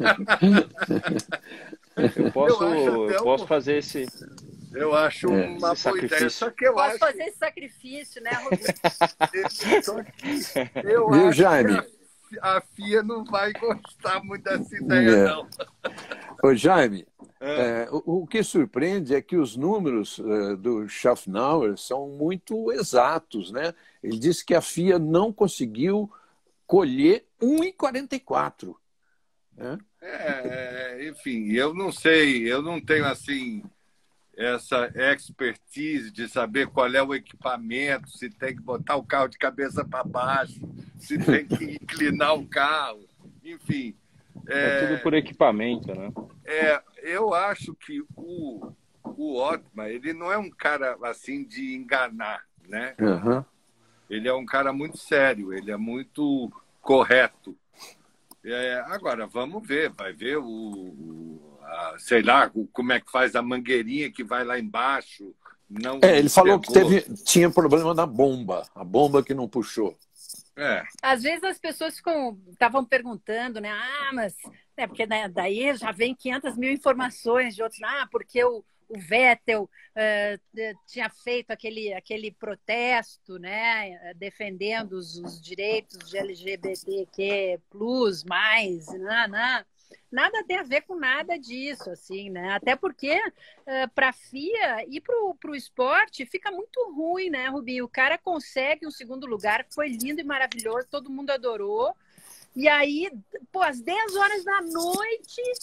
Speaker 2: Eu posso, eu eu posso um... fazer esse...
Speaker 4: Eu acho
Speaker 2: é,
Speaker 4: uma boa ideia. Só que eu
Speaker 3: Posso
Speaker 4: acho...
Speaker 3: fazer esse sacrifício, né, Rodrigo?
Speaker 4: Só que eu
Speaker 1: Viu,
Speaker 4: acho
Speaker 1: Jaime?
Speaker 4: que a, a F I A não vai gostar muito dessa ideia, é. não.
Speaker 1: Ô, Jaime, é, o, o que surpreende é que os números uh, do Schaffnauer são muito exatos, né? Ele disse que a F I A não conseguiu colher um vírgula quarenta e quatro. Né?
Speaker 4: É, enfim, eu não sei, eu não tenho assim essa expertise de saber qual é o equipamento, se tem que botar o carro de cabeça para baixo, se tem que inclinar o carro, enfim.
Speaker 2: É, é tudo por equipamento, né?
Speaker 4: É, eu acho que o, o Otmar, ele não é um cara assim de enganar, né?
Speaker 1: Uhum.
Speaker 4: Ele é um cara muito sério, ele é muito correto. É, agora, vamos ver, vai ver o, o a, sei lá, o, como é que faz a mangueirinha que vai lá embaixo. Não
Speaker 1: é, ele falou
Speaker 4: pegou.
Speaker 1: que teve, tinha problema na bomba, a bomba que não puxou.
Speaker 4: É.
Speaker 3: Às vezes as pessoas ficam, estavam perguntando, né? Ah, mas... É, porque daí já vem quinhentas mil informações de outros. Ah, porque o, o Vettel uh, tinha feito aquele, aquele protesto, né? Defendendo os, os direitos de L G B T Q plus, mais, não, não. Nada tem a ver com nada disso, assim, né? Até porque uh, para a F I A e para o esporte fica muito ruim, né, Rubinho? O cara consegue um segundo lugar, que foi lindo e maravilhoso, todo mundo adorou. E aí, pô, às dez horas da noite,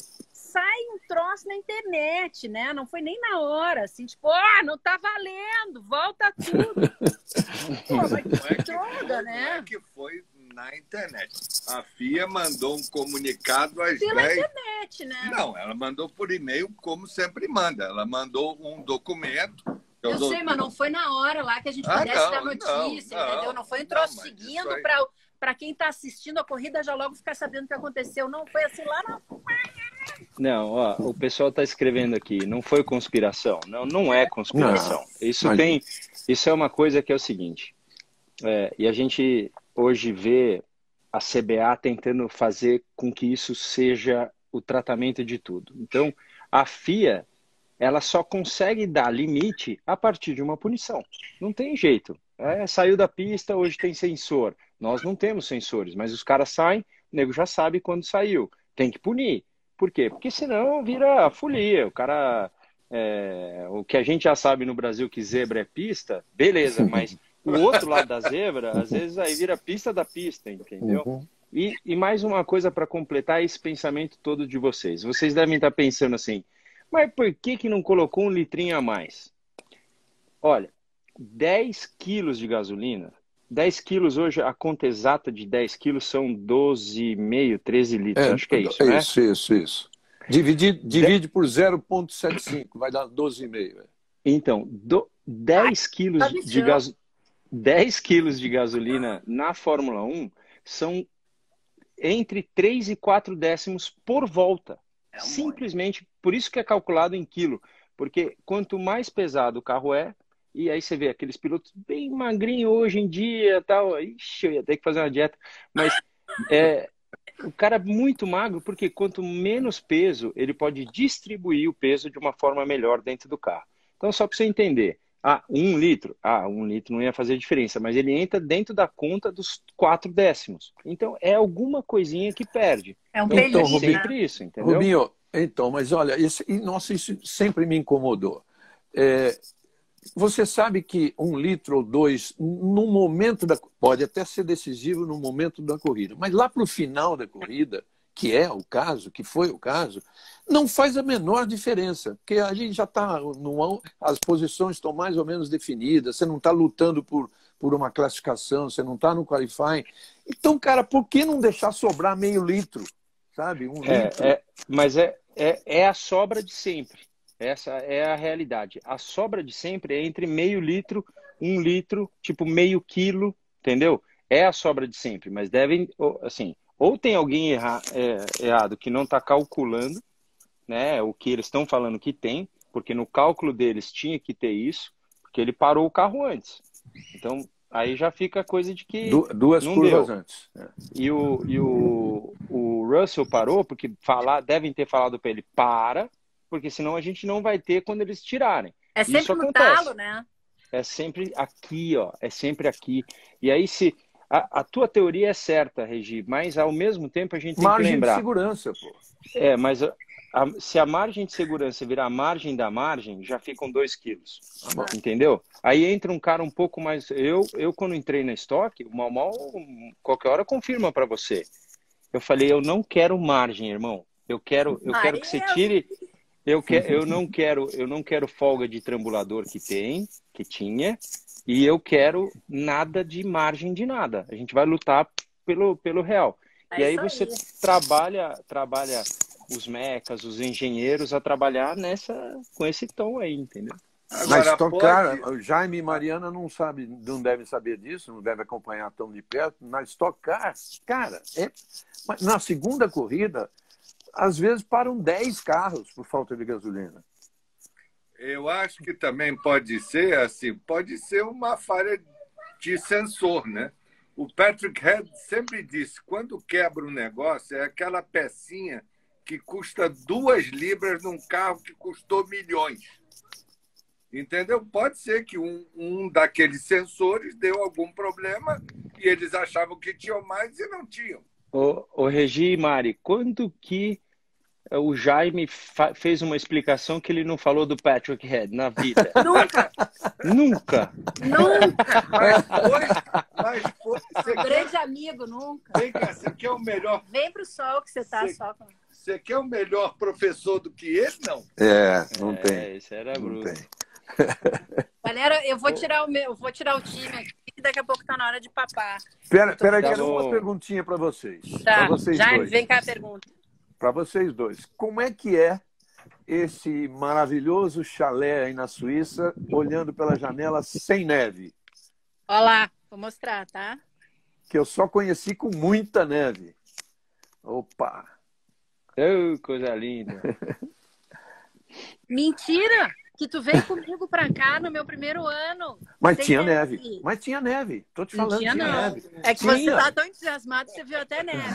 Speaker 3: sai um troço na internet, né? Não foi nem na hora, assim, tipo, ó, oh, não tá valendo, volta tudo. Pô, mas que droga, né?
Speaker 4: Não é que foi na internet. A F I A mandou um comunicado às
Speaker 3: Pela
Speaker 4: dez...
Speaker 3: internet, né?
Speaker 4: Não, ela mandou por e-mail, como sempre manda. Ela mandou um documento.
Speaker 3: Eu, eu sei, do... mas não foi na hora lá que a gente
Speaker 4: ah,
Speaker 3: pudesse
Speaker 4: não,
Speaker 3: dar notícia,
Speaker 4: não,
Speaker 3: entendeu? Não foi um troço
Speaker 4: não,
Speaker 3: seguindo
Speaker 4: aí...
Speaker 3: para para quem está assistindo a corrida já logo ficar sabendo o que aconteceu. Não foi assim lá, não.
Speaker 2: Não, ó, o pessoal está escrevendo aqui, não foi conspiração. Não, não é conspiração. Não, isso mas... tem, isso é uma coisa que é o seguinte, é, e a gente hoje vê a C B A tentando fazer com que isso seja o tratamento de tudo. Então, a F I A, ela só consegue dar limite a partir de uma punição. Não tem jeito. É, saiu da pista, hoje tem sensor. Nós não temos sensores, mas os caras saem, o nego já sabe quando saiu. Tem que punir. Por quê? Porque senão vira folia. O cara... É, o que a gente já sabe no Brasil que zebra é pista, beleza, mas o outro lado da zebra, às vezes aí vira pista da pista, entendeu? Uhum. E, e mais uma coisa para completar esse pensamento todo de vocês. Vocês devem estar pensando assim, mas por que que não colocou um litrinho a mais? Olha, dez quilos de gasolina, dez quilos hoje, a conta exata de dez quilos são doze vírgula cinco, treze litros, é, acho que é isso, né?
Speaker 1: Isso, isso, isso. Divide, divide por zero vírgula setenta e cinco, vai dar doze vírgula cinco.
Speaker 2: Então, do, dez quilos de gas, dez quilos de gasolina na Fórmula um são entre três e quatro décimos por volta. É um Simplesmente, monte. Por isso que é calculado em quilo. Porque quanto mais pesado o carro é, e aí você vê aqueles pilotos bem magrinhos hoje em dia, tal, ixi, eu ia ter que fazer uma dieta, mas é, o cara é muito magro, porque quanto menos peso, ele pode distribuir o peso de uma forma melhor dentro do carro. Então, só para você entender, ah, um litro, ah, um litro não ia fazer diferença, mas ele entra dentro da conta dos quatro décimos. Então, é alguma coisinha que perde.
Speaker 3: É um
Speaker 2: então,
Speaker 3: pelinho,
Speaker 2: então, sempre né? Isso, entendeu?
Speaker 1: Rubinho, então, mas olha, esse, nossa, isso sempre me incomodou. É, você sabe que um litro ou dois, no momento da... Pode até ser decisivo no momento da corrida, mas lá para o final da corrida, que é o caso, que foi o caso, não faz a menor diferença, porque a gente já está... As posições estão mais ou menos definidas, você não está lutando por, por uma classificação, você não está no qualifying. Então, cara, por que não deixar sobrar meio litro? Sabe? Um
Speaker 2: é,
Speaker 1: litro.
Speaker 2: É, mas é, é, é a sobra de sempre. Essa é a realidade. A sobra de sempre é entre meio litro, um litro, tipo meio quilo, entendeu? É a sobra de sempre, mas devem, assim, ou tem alguém erra, é, errado que não está calculando, né, o que eles estão falando que tem, porque no cálculo deles tinha que ter isso, porque ele parou o carro antes. Então, aí já fica a coisa de que
Speaker 1: du duas
Speaker 2: não
Speaker 1: curvas
Speaker 2: deu.
Speaker 1: Antes. É.
Speaker 2: E, o, e o, o Russell parou, porque falar, devem ter falado para ele, para, porque senão a gente não vai ter quando eles tirarem.
Speaker 3: É sempre
Speaker 2: Isso
Speaker 3: no
Speaker 2: acontece.
Speaker 3: talo, né?
Speaker 2: É sempre aqui, ó. É sempre aqui. E aí, se a, a tua teoria é certa, Regi, mas ao mesmo tempo a gente tem
Speaker 1: margem
Speaker 2: que lembrar.
Speaker 1: Margem de segurança, pô.
Speaker 2: É, mas a, a, se a margem de segurança virar a margem da margem, já ficam dois quilos. Ah, entendeu? Aí entra um cara um pouco mais... Eu, eu quando entrei na estoque, o Mal Mal, qualquer hora confirma para você. Eu falei, eu não quero margem, irmão. Eu quero, eu quero que você tire... Eu, que, eu, não quero, eu não quero folga de trambulador que tem, que tinha, e eu quero nada de margem de nada. A gente vai lutar pelo, pelo real. É e aí você aí. trabalha, trabalha os mecas, os engenheiros a trabalhar nessa, com esse tom aí, entendeu?
Speaker 1: Mas estocar, pode... Jaime e Mariana não sabe, não devem saber disso, não devem acompanhar tão de perto, mas estocar, cara, é... na segunda corrida... Às vezes param dez carros por falta de gasolina.
Speaker 4: Eu acho que também pode ser assim, pode ser uma falha de sensor, né? O Patrick Head sempre disse, quando quebra um negócio, é aquela pecinha que custa duas libras num carro que custou milhões. Entendeu? Pode ser que um, um daqueles sensores deu algum problema e eles achavam que tinham mais e não tinham.
Speaker 2: Ô, ô Regi e Mari, quando que o Jaime fez uma explicação que ele não falou do Patrick Head na vida?
Speaker 3: Nunca!
Speaker 2: Nunca!
Speaker 3: Nunca!
Speaker 4: Mas foi, mas foi,
Speaker 3: um grande quer... amigo, nunca.
Speaker 4: Vem cá, você quer o melhor...
Speaker 3: Vem pro sol que você tá
Speaker 4: você...
Speaker 3: só com...
Speaker 4: Você quer o melhor professor do que ele? Não.
Speaker 1: É, não
Speaker 2: É,
Speaker 1: tem.
Speaker 2: esse era
Speaker 1: Não
Speaker 2: bruto.
Speaker 1: tem.
Speaker 3: Galera, eu vou tirar o meu, eu vou tirar o time aqui, que daqui a pouco tá na hora de papar.
Speaker 1: Pera, pera aí,
Speaker 2: Tá
Speaker 1: quero uma
Speaker 2: bom.
Speaker 1: perguntinha para vocês.
Speaker 3: Tá,
Speaker 1: Para vocês
Speaker 3: Jaime,
Speaker 1: dois.
Speaker 3: vem cá a pergunta.
Speaker 1: Para vocês dois. Como é que é esse maravilhoso chalé aí na Suíça, olhando pela janela sem neve?
Speaker 3: Olha lá, vou mostrar, tá?
Speaker 1: Que eu só conheci com muita neve. Opa!
Speaker 2: Oh, coisa linda.
Speaker 3: Mentira! Que tu veio comigo pra cá no meu primeiro ano.
Speaker 1: Mas
Speaker 3: Sem
Speaker 1: tinha neve. Mas tinha neve. Tô te
Speaker 3: Não
Speaker 1: falando,
Speaker 3: tinha,
Speaker 1: tinha
Speaker 3: não.
Speaker 1: neve.
Speaker 3: É que
Speaker 1: Tinha.
Speaker 3: você tá tão entusiasmado que você viu até neve.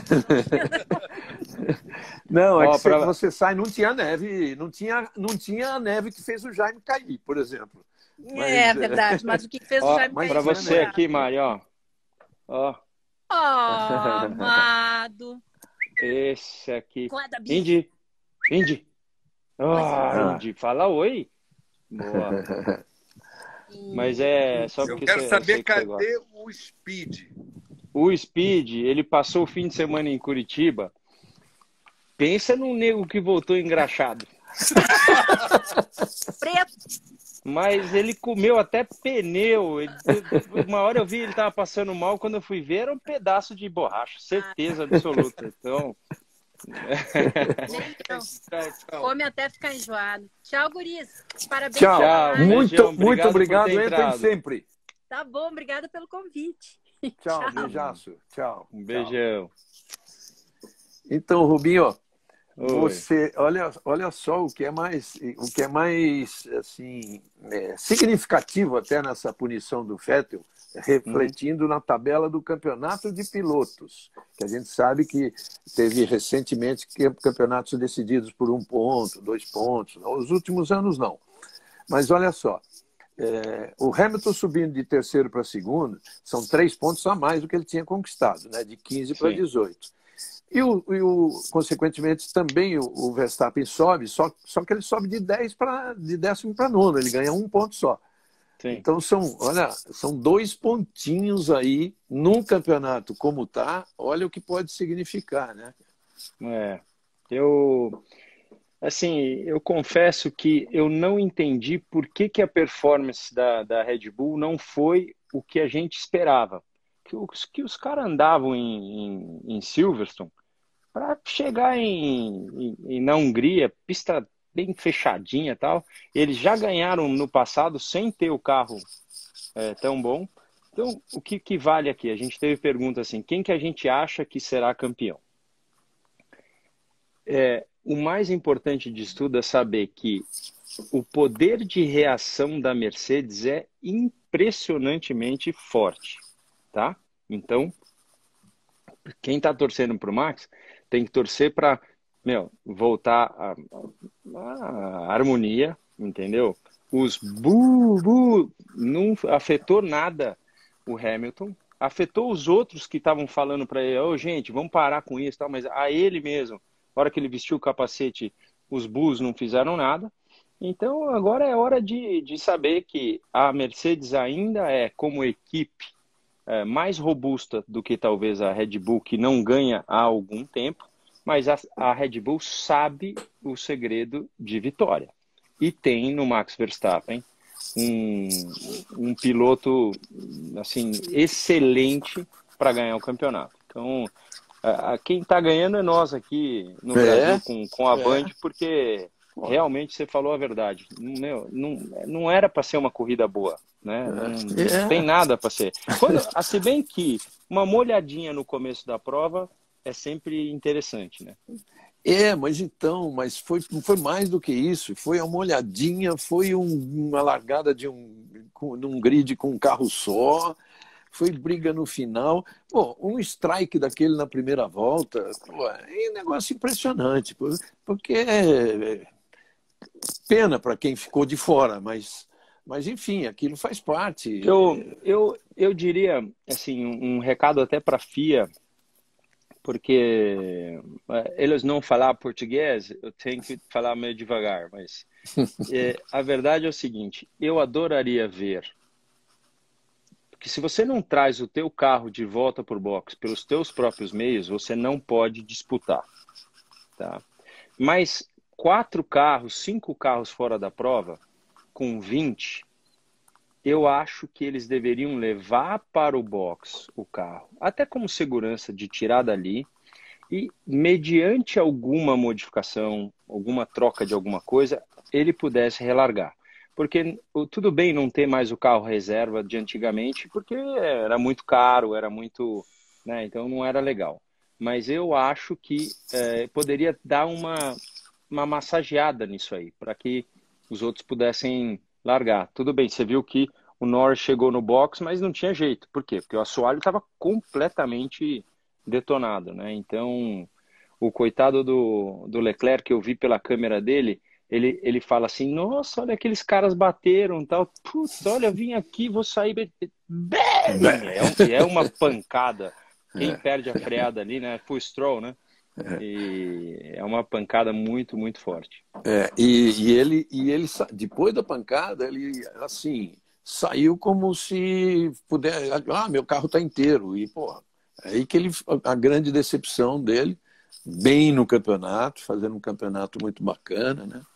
Speaker 1: Não, é
Speaker 2: Ó,
Speaker 1: que você,
Speaker 2: pra-
Speaker 1: você sai, não tinha neve, não tinha, não tinha a neve que fez o Jaime cair, por exemplo. Mas,
Speaker 3: É verdade, mas o que fez o
Speaker 2: Ó,
Speaker 3: Jaime
Speaker 1: mas
Speaker 3: cair
Speaker 2: pra
Speaker 1: tinha
Speaker 3: foi
Speaker 2: você
Speaker 1: neve.
Speaker 2: aqui, Mari, ó. Ó,
Speaker 3: Oh, amado.
Speaker 2: esse aqui.
Speaker 3: Cada bicho.
Speaker 2: Indy, Indy. Ah,
Speaker 1: Ah.
Speaker 2: Indy, fala oi. Boa. Mas é só
Speaker 4: Eu
Speaker 2: porque
Speaker 4: quero
Speaker 2: você, eu
Speaker 4: saber
Speaker 2: sei que você gosta.
Speaker 4: cadê o Speed.
Speaker 2: O Speed, ele passou o fim de semana em Curitiba. Pensa num nego que voltou engraxado.
Speaker 3: Preto.
Speaker 2: Mas ele comeu até pneu. Ele- uma hora eu vi ele tava passando mal, quando eu fui ver era um pedaço de borracha, certeza absoluta. Então,
Speaker 3: Então,
Speaker 4: Tchau, tchau.
Speaker 3: come até ficar enjoado. Tchau, guris. Parabéns.
Speaker 1: Tchau.
Speaker 3: pela
Speaker 2: Tchau.
Speaker 3: live.
Speaker 1: Muito,
Speaker 2: Beijão,
Speaker 1: muito
Speaker 2: obrigado
Speaker 1: obrigado.
Speaker 2: por ter
Speaker 1: Entrem
Speaker 2: entrado.
Speaker 1: sempre.
Speaker 3: Tá bom, obrigada pelo convite.
Speaker 1: Tchau, beijaço. Tchau.
Speaker 2: um
Speaker 1: Tchau.
Speaker 2: beijão.
Speaker 1: Então, Rubinho,
Speaker 2: Oi.
Speaker 1: você, olha, olha só o que é mais, o que é mais assim, é, significativo até nessa punição do Vettel, refletindo na tabela do campeonato de pilotos, que a gente sabe que teve recentemente campeonatos decididos por um ponto, dois pontos, nos últimos anos não. Mas olha só, é, o Hamilton subindo de terceiro para segundo, são três pontos a mais do que ele tinha conquistado, né, de quinze para
Speaker 2: Sim.
Speaker 1: dezoito. E, o, e o, consequentemente, também o, o Verstappen sobe, só, só que ele sobe de, dez pra, de décimo para nono, ele ganha um ponto só.
Speaker 2: Sim.
Speaker 1: Então, são, olha, são dois pontinhos aí num campeonato como tá, olha o que pode significar, né?
Speaker 2: É, eu, assim, eu confesso que eu não entendi por que, que a performance da, da Red Bull não foi o que a gente esperava. Que os, que os caras andavam em, em, em Silverstone para chegar em, em, em, na Hungria, pista bem fechadinha e tal. Eles já ganharam no passado sem ter o carro é, tão bom. Então, o que, que vale aqui? A gente teve pergunta assim, quem que a gente acha que será campeão? É, o mais importante disso tudo é saber que o poder de reação da Mercedes é impressionantemente forte, tá? Então, quem está torcendo para o Max tem que torcer para, meu, voltar a, a, a harmonia, entendeu? Os bu, bu não afetou nada o Hamilton, afetou os outros que estavam falando para ele, ô oh, gente, vamos parar com isso, tal, mas a ele mesmo, na hora que ele vestiu o capacete, os bus não fizeram nada. Então agora é hora de, de saber que a Mercedes ainda é, como equipe, é, mais robusta do que talvez a Red Bull, que não ganha há algum tempo, mas a, a Red Bull sabe o segredo de vitória. E tem no Max Verstappen um, um piloto assim, excelente para ganhar o campeonato. Então, a, a, quem está ganhando é nós aqui no
Speaker 1: É?
Speaker 2: Brasil com, com a
Speaker 1: É.
Speaker 2: Band, porque realmente você falou a verdade. Meu, não, não era para ser uma corrida boa. Né? Não,
Speaker 1: É.
Speaker 2: não tem nada para ser. Quando, se bem que uma molhadinha no começo da prova é sempre interessante, né?
Speaker 1: É, mas então, mas foi, foi mais do que isso. Foi uma olhadinha, foi um, uma largada de um, com, num grid com um carro só, foi briga no final. Pô, um strike daquele na primeira volta, pô, é um negócio impressionante, porque é pena para quem ficou de fora, mas, mas enfim, aquilo faz parte.
Speaker 2: Eu, eu, eu diria, assim, um, um recado até para a F I A, porque eles não falam português, eu tenho que falar meio devagar, mas é, a verdade é o seguinte, eu adoraria ver, porque se você não traz o teu carro de volta para o box pelos teus próprios meios, você não pode disputar, tá? Mas quatro carros, cinco carros fora da prova, com vinte, eu acho que eles deveriam levar para o box o carro, até como segurança de tirar dali e, mediante alguma modificação, alguma troca de alguma coisa, ele pudesse relargar. Porque tudo bem não ter mais o carro reserva de antigamente, porque era muito caro, era muito, né, então não era legal. Mas eu acho que é, poderia dar uma, uma massageada nisso aí, para que os outros pudessem largar. Tudo bem, você viu que o Norris chegou no box, mas não tinha jeito. Por quê? Porque o assoalho estava completamente detonado, né? Então, o coitado do, do Leclerc, que eu vi pela câmera dele, ele, ele fala assim, nossa, olha, aqueles caras bateram, tal. Putz, olha, vim aqui, vou sair... Bem! É, é uma pancada. Quem
Speaker 1: É.
Speaker 2: perde a freada ali, né? Full Stroll, né? E é uma pancada muito, muito forte.
Speaker 1: É, e, e ele, e ele, sa- depois da pancada, ele, assim, saiu como se pudesse. Ah, meu carro está inteiro. E, pô, é aí que ele, a grande decepção dele, bem no campeonato, fazendo um campeonato muito bacana, né?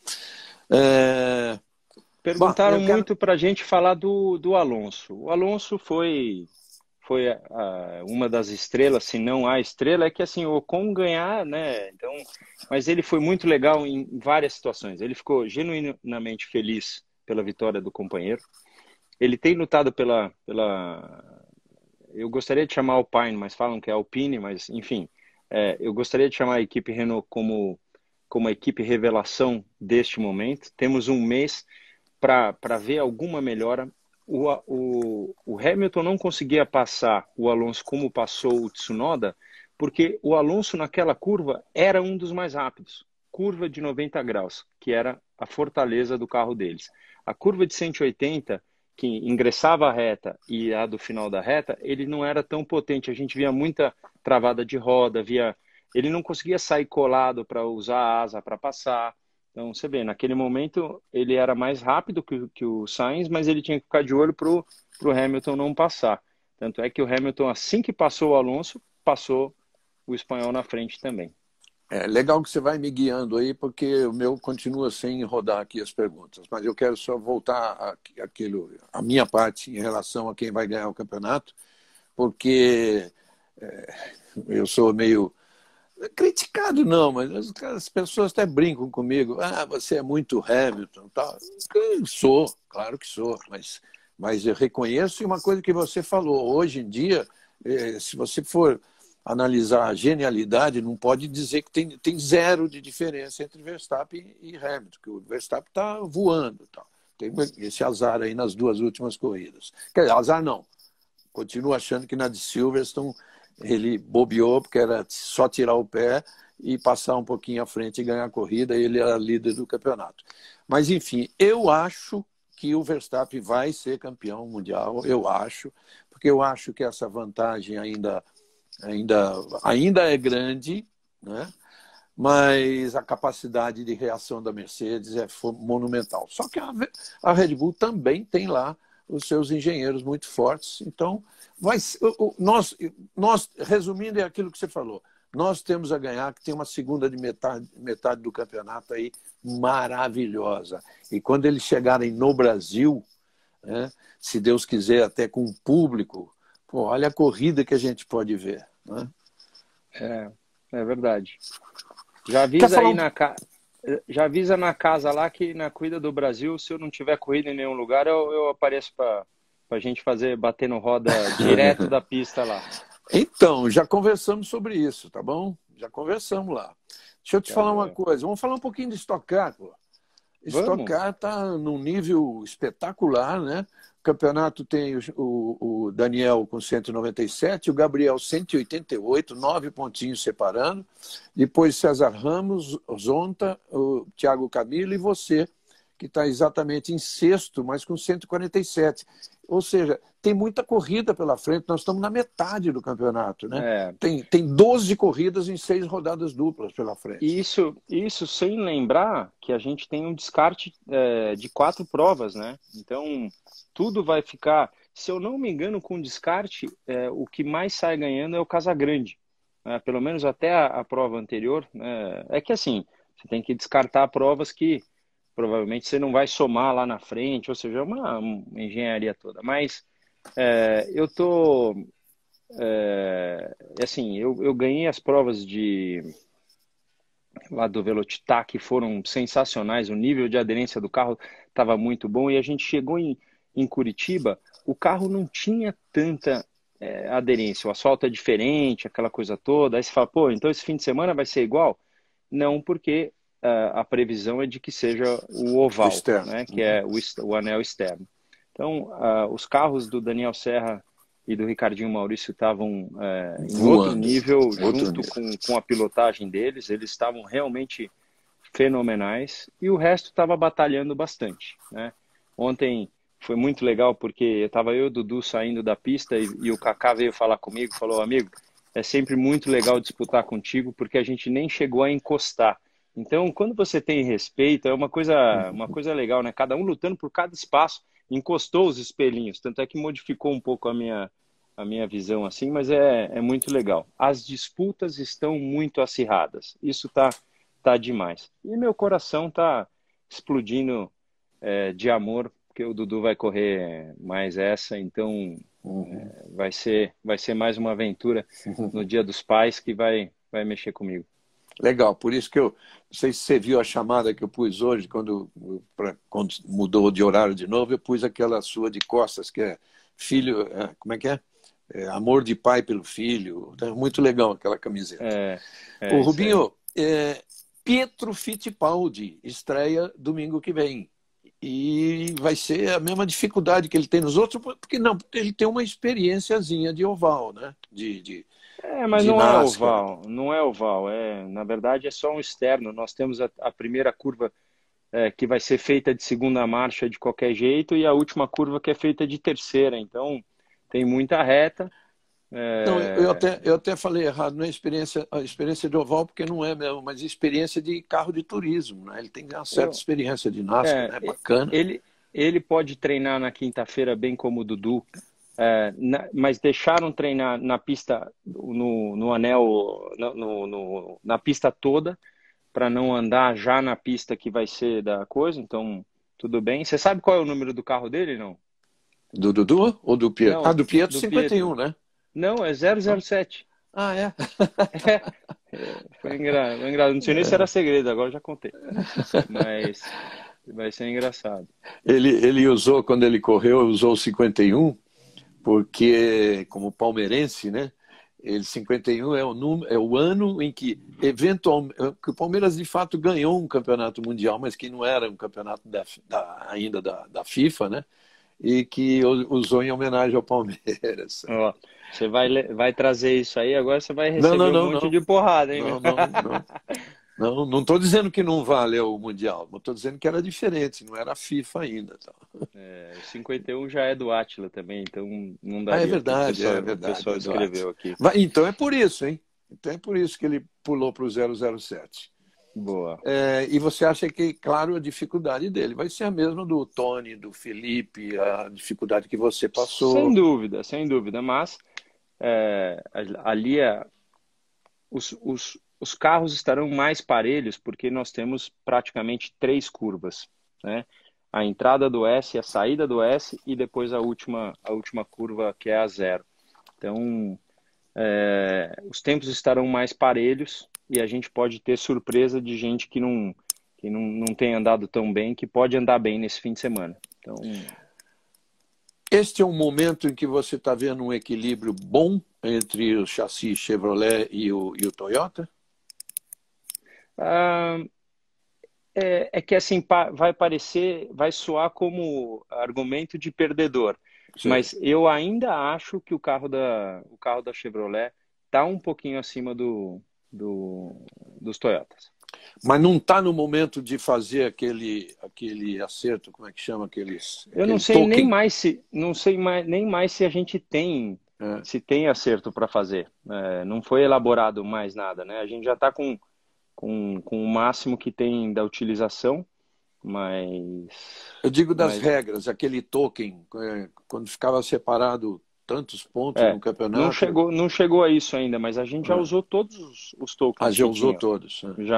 Speaker 1: É, bom,
Speaker 2: Perguntaram
Speaker 1: eu quero.
Speaker 2: muito para a gente falar do, do Alonso. O Alonso foi, foi ah, uma das estrelas, se não a estrela, é que assim, o Ocon ganhar, né? Então, mas ele foi muito legal em várias situações. Ele ficou genuinamente feliz pela vitória do companheiro. Ele tem lutado pela, pela... Eu gostaria de chamar Alpine, mas falam que é Alpine, mas enfim. É, eu gostaria de chamar a equipe Renault como, como a equipe revelação deste momento. Temos um mês para ver alguma melhora. O, o, o Hamilton não conseguia passar o Alonso como passou o Tsunoda, porque o Alonso naquela curva era um dos mais rápidos. Curva de noventa graus, que era a fortaleza do carro deles. A curva de cento e oitenta, que ingressava a reta, e a do final da reta, ele não era tão potente. A gente via muita travada de roda, via... ele não conseguia sair colado para usar a asa para passar. Então, você vê, naquele momento ele era mais rápido que, o- que o Sainz, mas ele tinha que ficar de olho para o Hamilton não passar. Tanto é que o Hamilton, assim que passou o Alonso, passou o espanhol na frente também.
Speaker 1: É legal que você vai me guiando aí, porque o meu continua sem rodar aqui as perguntas, mas eu quero só voltar a, aquilo, a minha parte em relação a quem vai ganhar o campeonato, porque é, eu sou meio criticado, não, mas as, as pessoas até brincam comigo. Ah, você é muito Hamilton, tal. Eu sou, claro que sou, mas, mas eu reconheço uma coisa que você falou. Hoje em dia, eh, se você for analisar a genialidade, não pode dizer que tem, tem zero de diferença entre Verstappen e Hamilton, que o Verstappen está voando. Tal. Tem esse azar aí nas duas últimas corridas. Quer dizer, azar não. Continuo achando que na de Silverstone ele bobeou, porque era só tirar o pé e passar um pouquinho à frente e ganhar a corrida, e ele era líder do campeonato. Mas, enfim, eu acho que o Verstappen vai ser campeão mundial, eu acho, porque eu acho que essa vantagem ainda, ainda, ainda é grande, né? Mas a capacidade de reação da Mercedes é monumental. Só que a, a Red Bull também tem lá os seus engenheiros muito fortes. Então, vai, nós, nós, resumindo, é aquilo que você falou. Nós temos a ganhar, que tem uma segunda de metade, metade do campeonato aí maravilhosa. E quando eles chegarem no Brasil, né, se Deus quiser, até com o público, pô, olha a corrida que a gente pode ver. Né?
Speaker 2: É, é verdade. Já
Speaker 1: Quer
Speaker 2: avisa
Speaker 1: falar
Speaker 2: aí
Speaker 1: um...
Speaker 2: na ca... Já avisa na casa lá que na corrida do Brasil, se eu não tiver corrida em nenhum lugar, eu, eu apareço para a gente fazer, batendo roda direto da pista lá.
Speaker 1: Então, já conversamos sobre isso, tá bom? Já conversamos lá. Deixa eu te
Speaker 2: Tá
Speaker 1: falar uma
Speaker 2: joia.
Speaker 1: coisa. Vamos falar um pouquinho de Stock Car, pô. Stock
Speaker 2: Vamos?
Speaker 1: Car está num nível espetacular, né? O campeonato tem o, o, o Daniel com cento e noventa e sete, o Gabriel cento e oitenta e oito, nove pontinhos separando. Depois César Ramos, Zonta, o Thiago Camilo e você, que está exatamente em sexto, mas com cento e quarenta e sete. Ou seja, tem muita corrida pela frente, nós estamos na metade do campeonato, né?
Speaker 2: É.
Speaker 1: Tem, tem doze corridas em seis rodadas duplas pela frente.
Speaker 2: Isso, isso sem lembrar que a gente tem um descarte é, de quatro provas, né? Então, tudo vai ficar... Se eu não me engano, com descarte, é, o que mais sai ganhando é o Casagrande. Né? Pelo menos até a, a prova anterior. Né? É que assim, Você tem que descartar provas que provavelmente você não vai somar lá na frente, ou seja, é uma, uma engenharia toda. Mas é, eu tô, é, assim, eu, eu ganhei as provas de lá do Velocitar, que foram sensacionais, o nível de aderência do carro estava muito bom, e a gente chegou em, em Curitiba, o carro não tinha tanta é, aderência, o asfalto é diferente, aquela coisa toda, aí você fala, pô, então esse fim de semana vai ser igual? Não, porque uh, a previsão é de que seja o oval, né, que é o, o anel externo. Então, uh, os carros do Daniel Serra e do Ricardinho Maurício estavam é, em outro nível, outro junto nível. Com, com a pilotagem deles, eles estavam realmente fenomenais, e o resto estava batalhando bastante, né? Ontem foi muito legal, porque estava eu e o Dudu saindo da pista, e, e o Kaká veio falar comigo, falou, amigo, é sempre muito legal disputar contigo, porque a gente nem chegou a encostar. Então, quando você tem respeito, é uma coisa, uma coisa legal, né? Cada um lutando por cada espaço, encostou os espelhinhos, tanto é que modificou um pouco a minha, a minha visão assim, mas é, é muito legal. As disputas estão muito acirradas, isso tá, tá demais. E meu coração tá explodindo é, de amor, porque o Dudu vai correr mais essa, então uhum. é, vai ser, vai ser mais uma aventura no Dia dos Pais que vai, vai mexer comigo.
Speaker 1: Legal, por isso que eu, não sei se você viu a chamada que eu pus hoje, quando, pra, quando mudou de horário de novo, eu pus aquela sua de costas, que é filho, é, como é que é? É, amor de pai pelo filho, é muito legal aquela camiseta.
Speaker 2: É, é
Speaker 1: o Rubinho, é, Pietro Fittipaldi estreia domingo que vem, e vai ser a mesma dificuldade que ele tem nos outros, porque não, porque ele tem uma experiênciazinha de oval, né? De, de
Speaker 2: É, mas não é oval, não é oval, é, na verdade é só um externo. Nós temos a, a primeira curva é, que vai ser feita de segunda marcha de qualquer jeito, e a última curva que é feita de terceira, então tem muita reta. É...
Speaker 1: Não, eu até, eu até falei errado, não é experiência, a experiência de oval, porque não é mesmo, mas experiência de carro de turismo, né? Ele tem uma certa eu... experiência de NASCAR, é, né? Bacana.
Speaker 2: Ele, ele pode treinar na quinta-feira bem como o Dudu, É, na, mas deixaram treinar na pista, no, no anel, no, no, na pista toda, para não andar já na pista que vai ser da coisa, então tudo bem. Você sabe qual é o número do carro dele, não?
Speaker 1: Do Dudu ou do Pietro?
Speaker 2: Não,
Speaker 1: ah, do Pietro
Speaker 2: do
Speaker 1: cinquenta e um,
Speaker 2: Pietro.
Speaker 1: Né?
Speaker 2: Não, é zero zero sete.
Speaker 1: Ah, é?
Speaker 2: é, é foi engraçado. engraçado. Não sei nem é. se era segredo, agora já contei. Mas vai ser engraçado.
Speaker 1: Ele, ele usou, quando ele correu, usou o cinquenta e um, porque, como palmeirense, né, ele, cinquenta e um é o, número, é o ano em que, eventualmente, que o Palmeiras de fato ganhou um campeonato mundial, mas que não era um campeonato da, da, ainda da, da FIFA, né, e que usou em homenagem ao Palmeiras.
Speaker 2: Ó, você vai, vai trazer isso aí, agora você vai receber
Speaker 1: não, não,
Speaker 2: um monte
Speaker 1: não.
Speaker 2: de porrada, hein?
Speaker 1: Não, não, não. Não, não estou dizendo que não valeu o Mundial, estou dizendo que era diferente, não era a FIFA ainda. Então.
Speaker 2: É, o cinquenta e um já é do Átila também, então não daria.
Speaker 1: Ah, é verdade,
Speaker 2: pessoal,
Speaker 1: é verdade.
Speaker 2: O pessoal
Speaker 1: é
Speaker 2: escreveu aqui.
Speaker 1: Vai, então é por isso, hein? Então é por isso que ele pulou para o zero zero sete.
Speaker 2: Boa.
Speaker 1: É, e você acha que, claro, a dificuldade dele vai ser a mesma do Tony, do Felipe, a dificuldade que você passou.
Speaker 2: Sem dúvida, sem dúvida, mas é, ali é, os, os Os carros estarão mais parelhos porque nós temos praticamente três curvas, né? A entrada do S, a saída do S e depois a última, a última curva, que é a zero. Então, é, os tempos estarão mais parelhos e a gente pode ter surpresa de gente que não, que não, não tem andado tão bem, que pode andar bem nesse fim de semana. Então,
Speaker 1: este é um momento em que você está vendo um equilíbrio bom entre o chassi Chevrolet e o, e o Toyota?
Speaker 2: Ah, é, é que assim vai parecer, vai soar como argumento de perdedor, Sim. mas eu ainda acho que o carro da, o carro da Chevrolet está um pouquinho acima do, do, dos Toyotas.
Speaker 1: Mas não está no momento de fazer aquele, aquele acerto, como é que chama aqueles?
Speaker 2: Eu não sei token. nem mais se não sei mais, nem mais se a gente tem é. se tem acerto para fazer. É, não foi elaborado mais nada, né? A gente já está com Com, com o máximo que tem da utilização, mas...
Speaker 1: Eu digo das
Speaker 2: mas...
Speaker 1: regras, aquele token, quando ficava separado tantos pontos
Speaker 2: é,
Speaker 1: no campeonato...
Speaker 2: Não chegou, não chegou a isso ainda, mas a gente já é. usou todos os, os tokens.
Speaker 1: Ah, já usou tinha. todos. É.
Speaker 2: Já.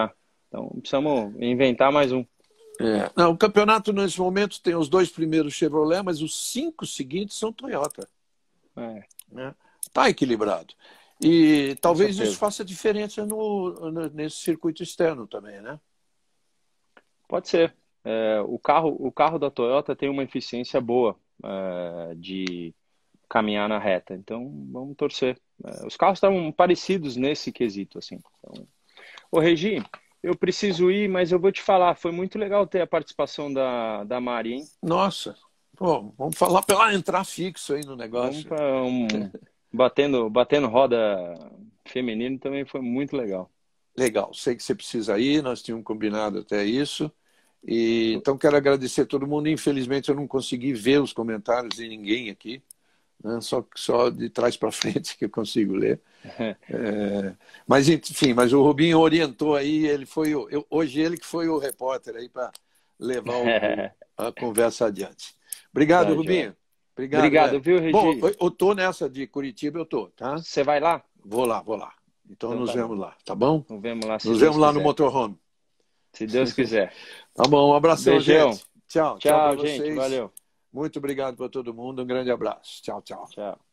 Speaker 2: Então, precisamos inventar mais um.
Speaker 1: É. Não, o campeonato, nesse momento, tem os dois primeiros Chevrolet, mas os cinco seguintes são Toyota.
Speaker 2: É.
Speaker 1: Né? Tá equilibrado. E talvez
Speaker 2: certeza.
Speaker 1: isso faça diferença no, no, nesse circuito externo também, né?
Speaker 2: Pode ser. É, o, carro, o carro da Toyota tem uma eficiência boa é, de caminhar na reta. Então, vamos torcer. É, os carros estavam parecidos nesse quesito, assim. Então... Ô, Regi, eu preciso ir, mas eu vou te falar, foi muito legal ter a participação da, da Mari, hein?
Speaker 1: Nossa, pô, vamos falar para ela entrar fixo aí no
Speaker 2: Vamos
Speaker 1: negócio.
Speaker 2: para um... batendo, batendo roda feminino também foi muito legal.
Speaker 1: Legal, sei que você precisa ir, nós tínhamos combinado até isso. E, então quero agradecer a todo mundo. Infelizmente eu não consegui ver os comentários de ninguém aqui, né? Só, só de trás para frente que eu consigo ler. É, mas enfim, mas o Rubinho orientou aí, ele foi o, eu, hoje ele que foi o repórter aí para levar o, o, a conversa adiante. Obrigado,
Speaker 2: Tá,
Speaker 1: Rubinho. Obrigado,
Speaker 2: Obrigado,
Speaker 1: velho.
Speaker 2: viu, Regi?
Speaker 1: Bom, eu, eu tô nessa de Curitiba, eu tô, tá?
Speaker 2: Você vai lá?
Speaker 1: Vou lá, vou lá. Então,
Speaker 2: Então
Speaker 1: nos
Speaker 2: tá
Speaker 1: vemos
Speaker 2: bom.
Speaker 1: lá, tá bom?
Speaker 2: Nos vemos lá, se
Speaker 1: Nos
Speaker 2: Deus
Speaker 1: vemos lá
Speaker 2: quiser.
Speaker 1: no motorhome.
Speaker 2: Se Deus quiser.
Speaker 1: Tá bom, um abração,
Speaker 2: Beijão.
Speaker 1: gente. Tchau, tchau,
Speaker 2: Tchau,
Speaker 1: pra
Speaker 2: gente.
Speaker 1: vocês.
Speaker 2: Valeu.
Speaker 1: Muito obrigado para todo mundo. Um grande abraço. Tchau, tchau.
Speaker 2: Tchau.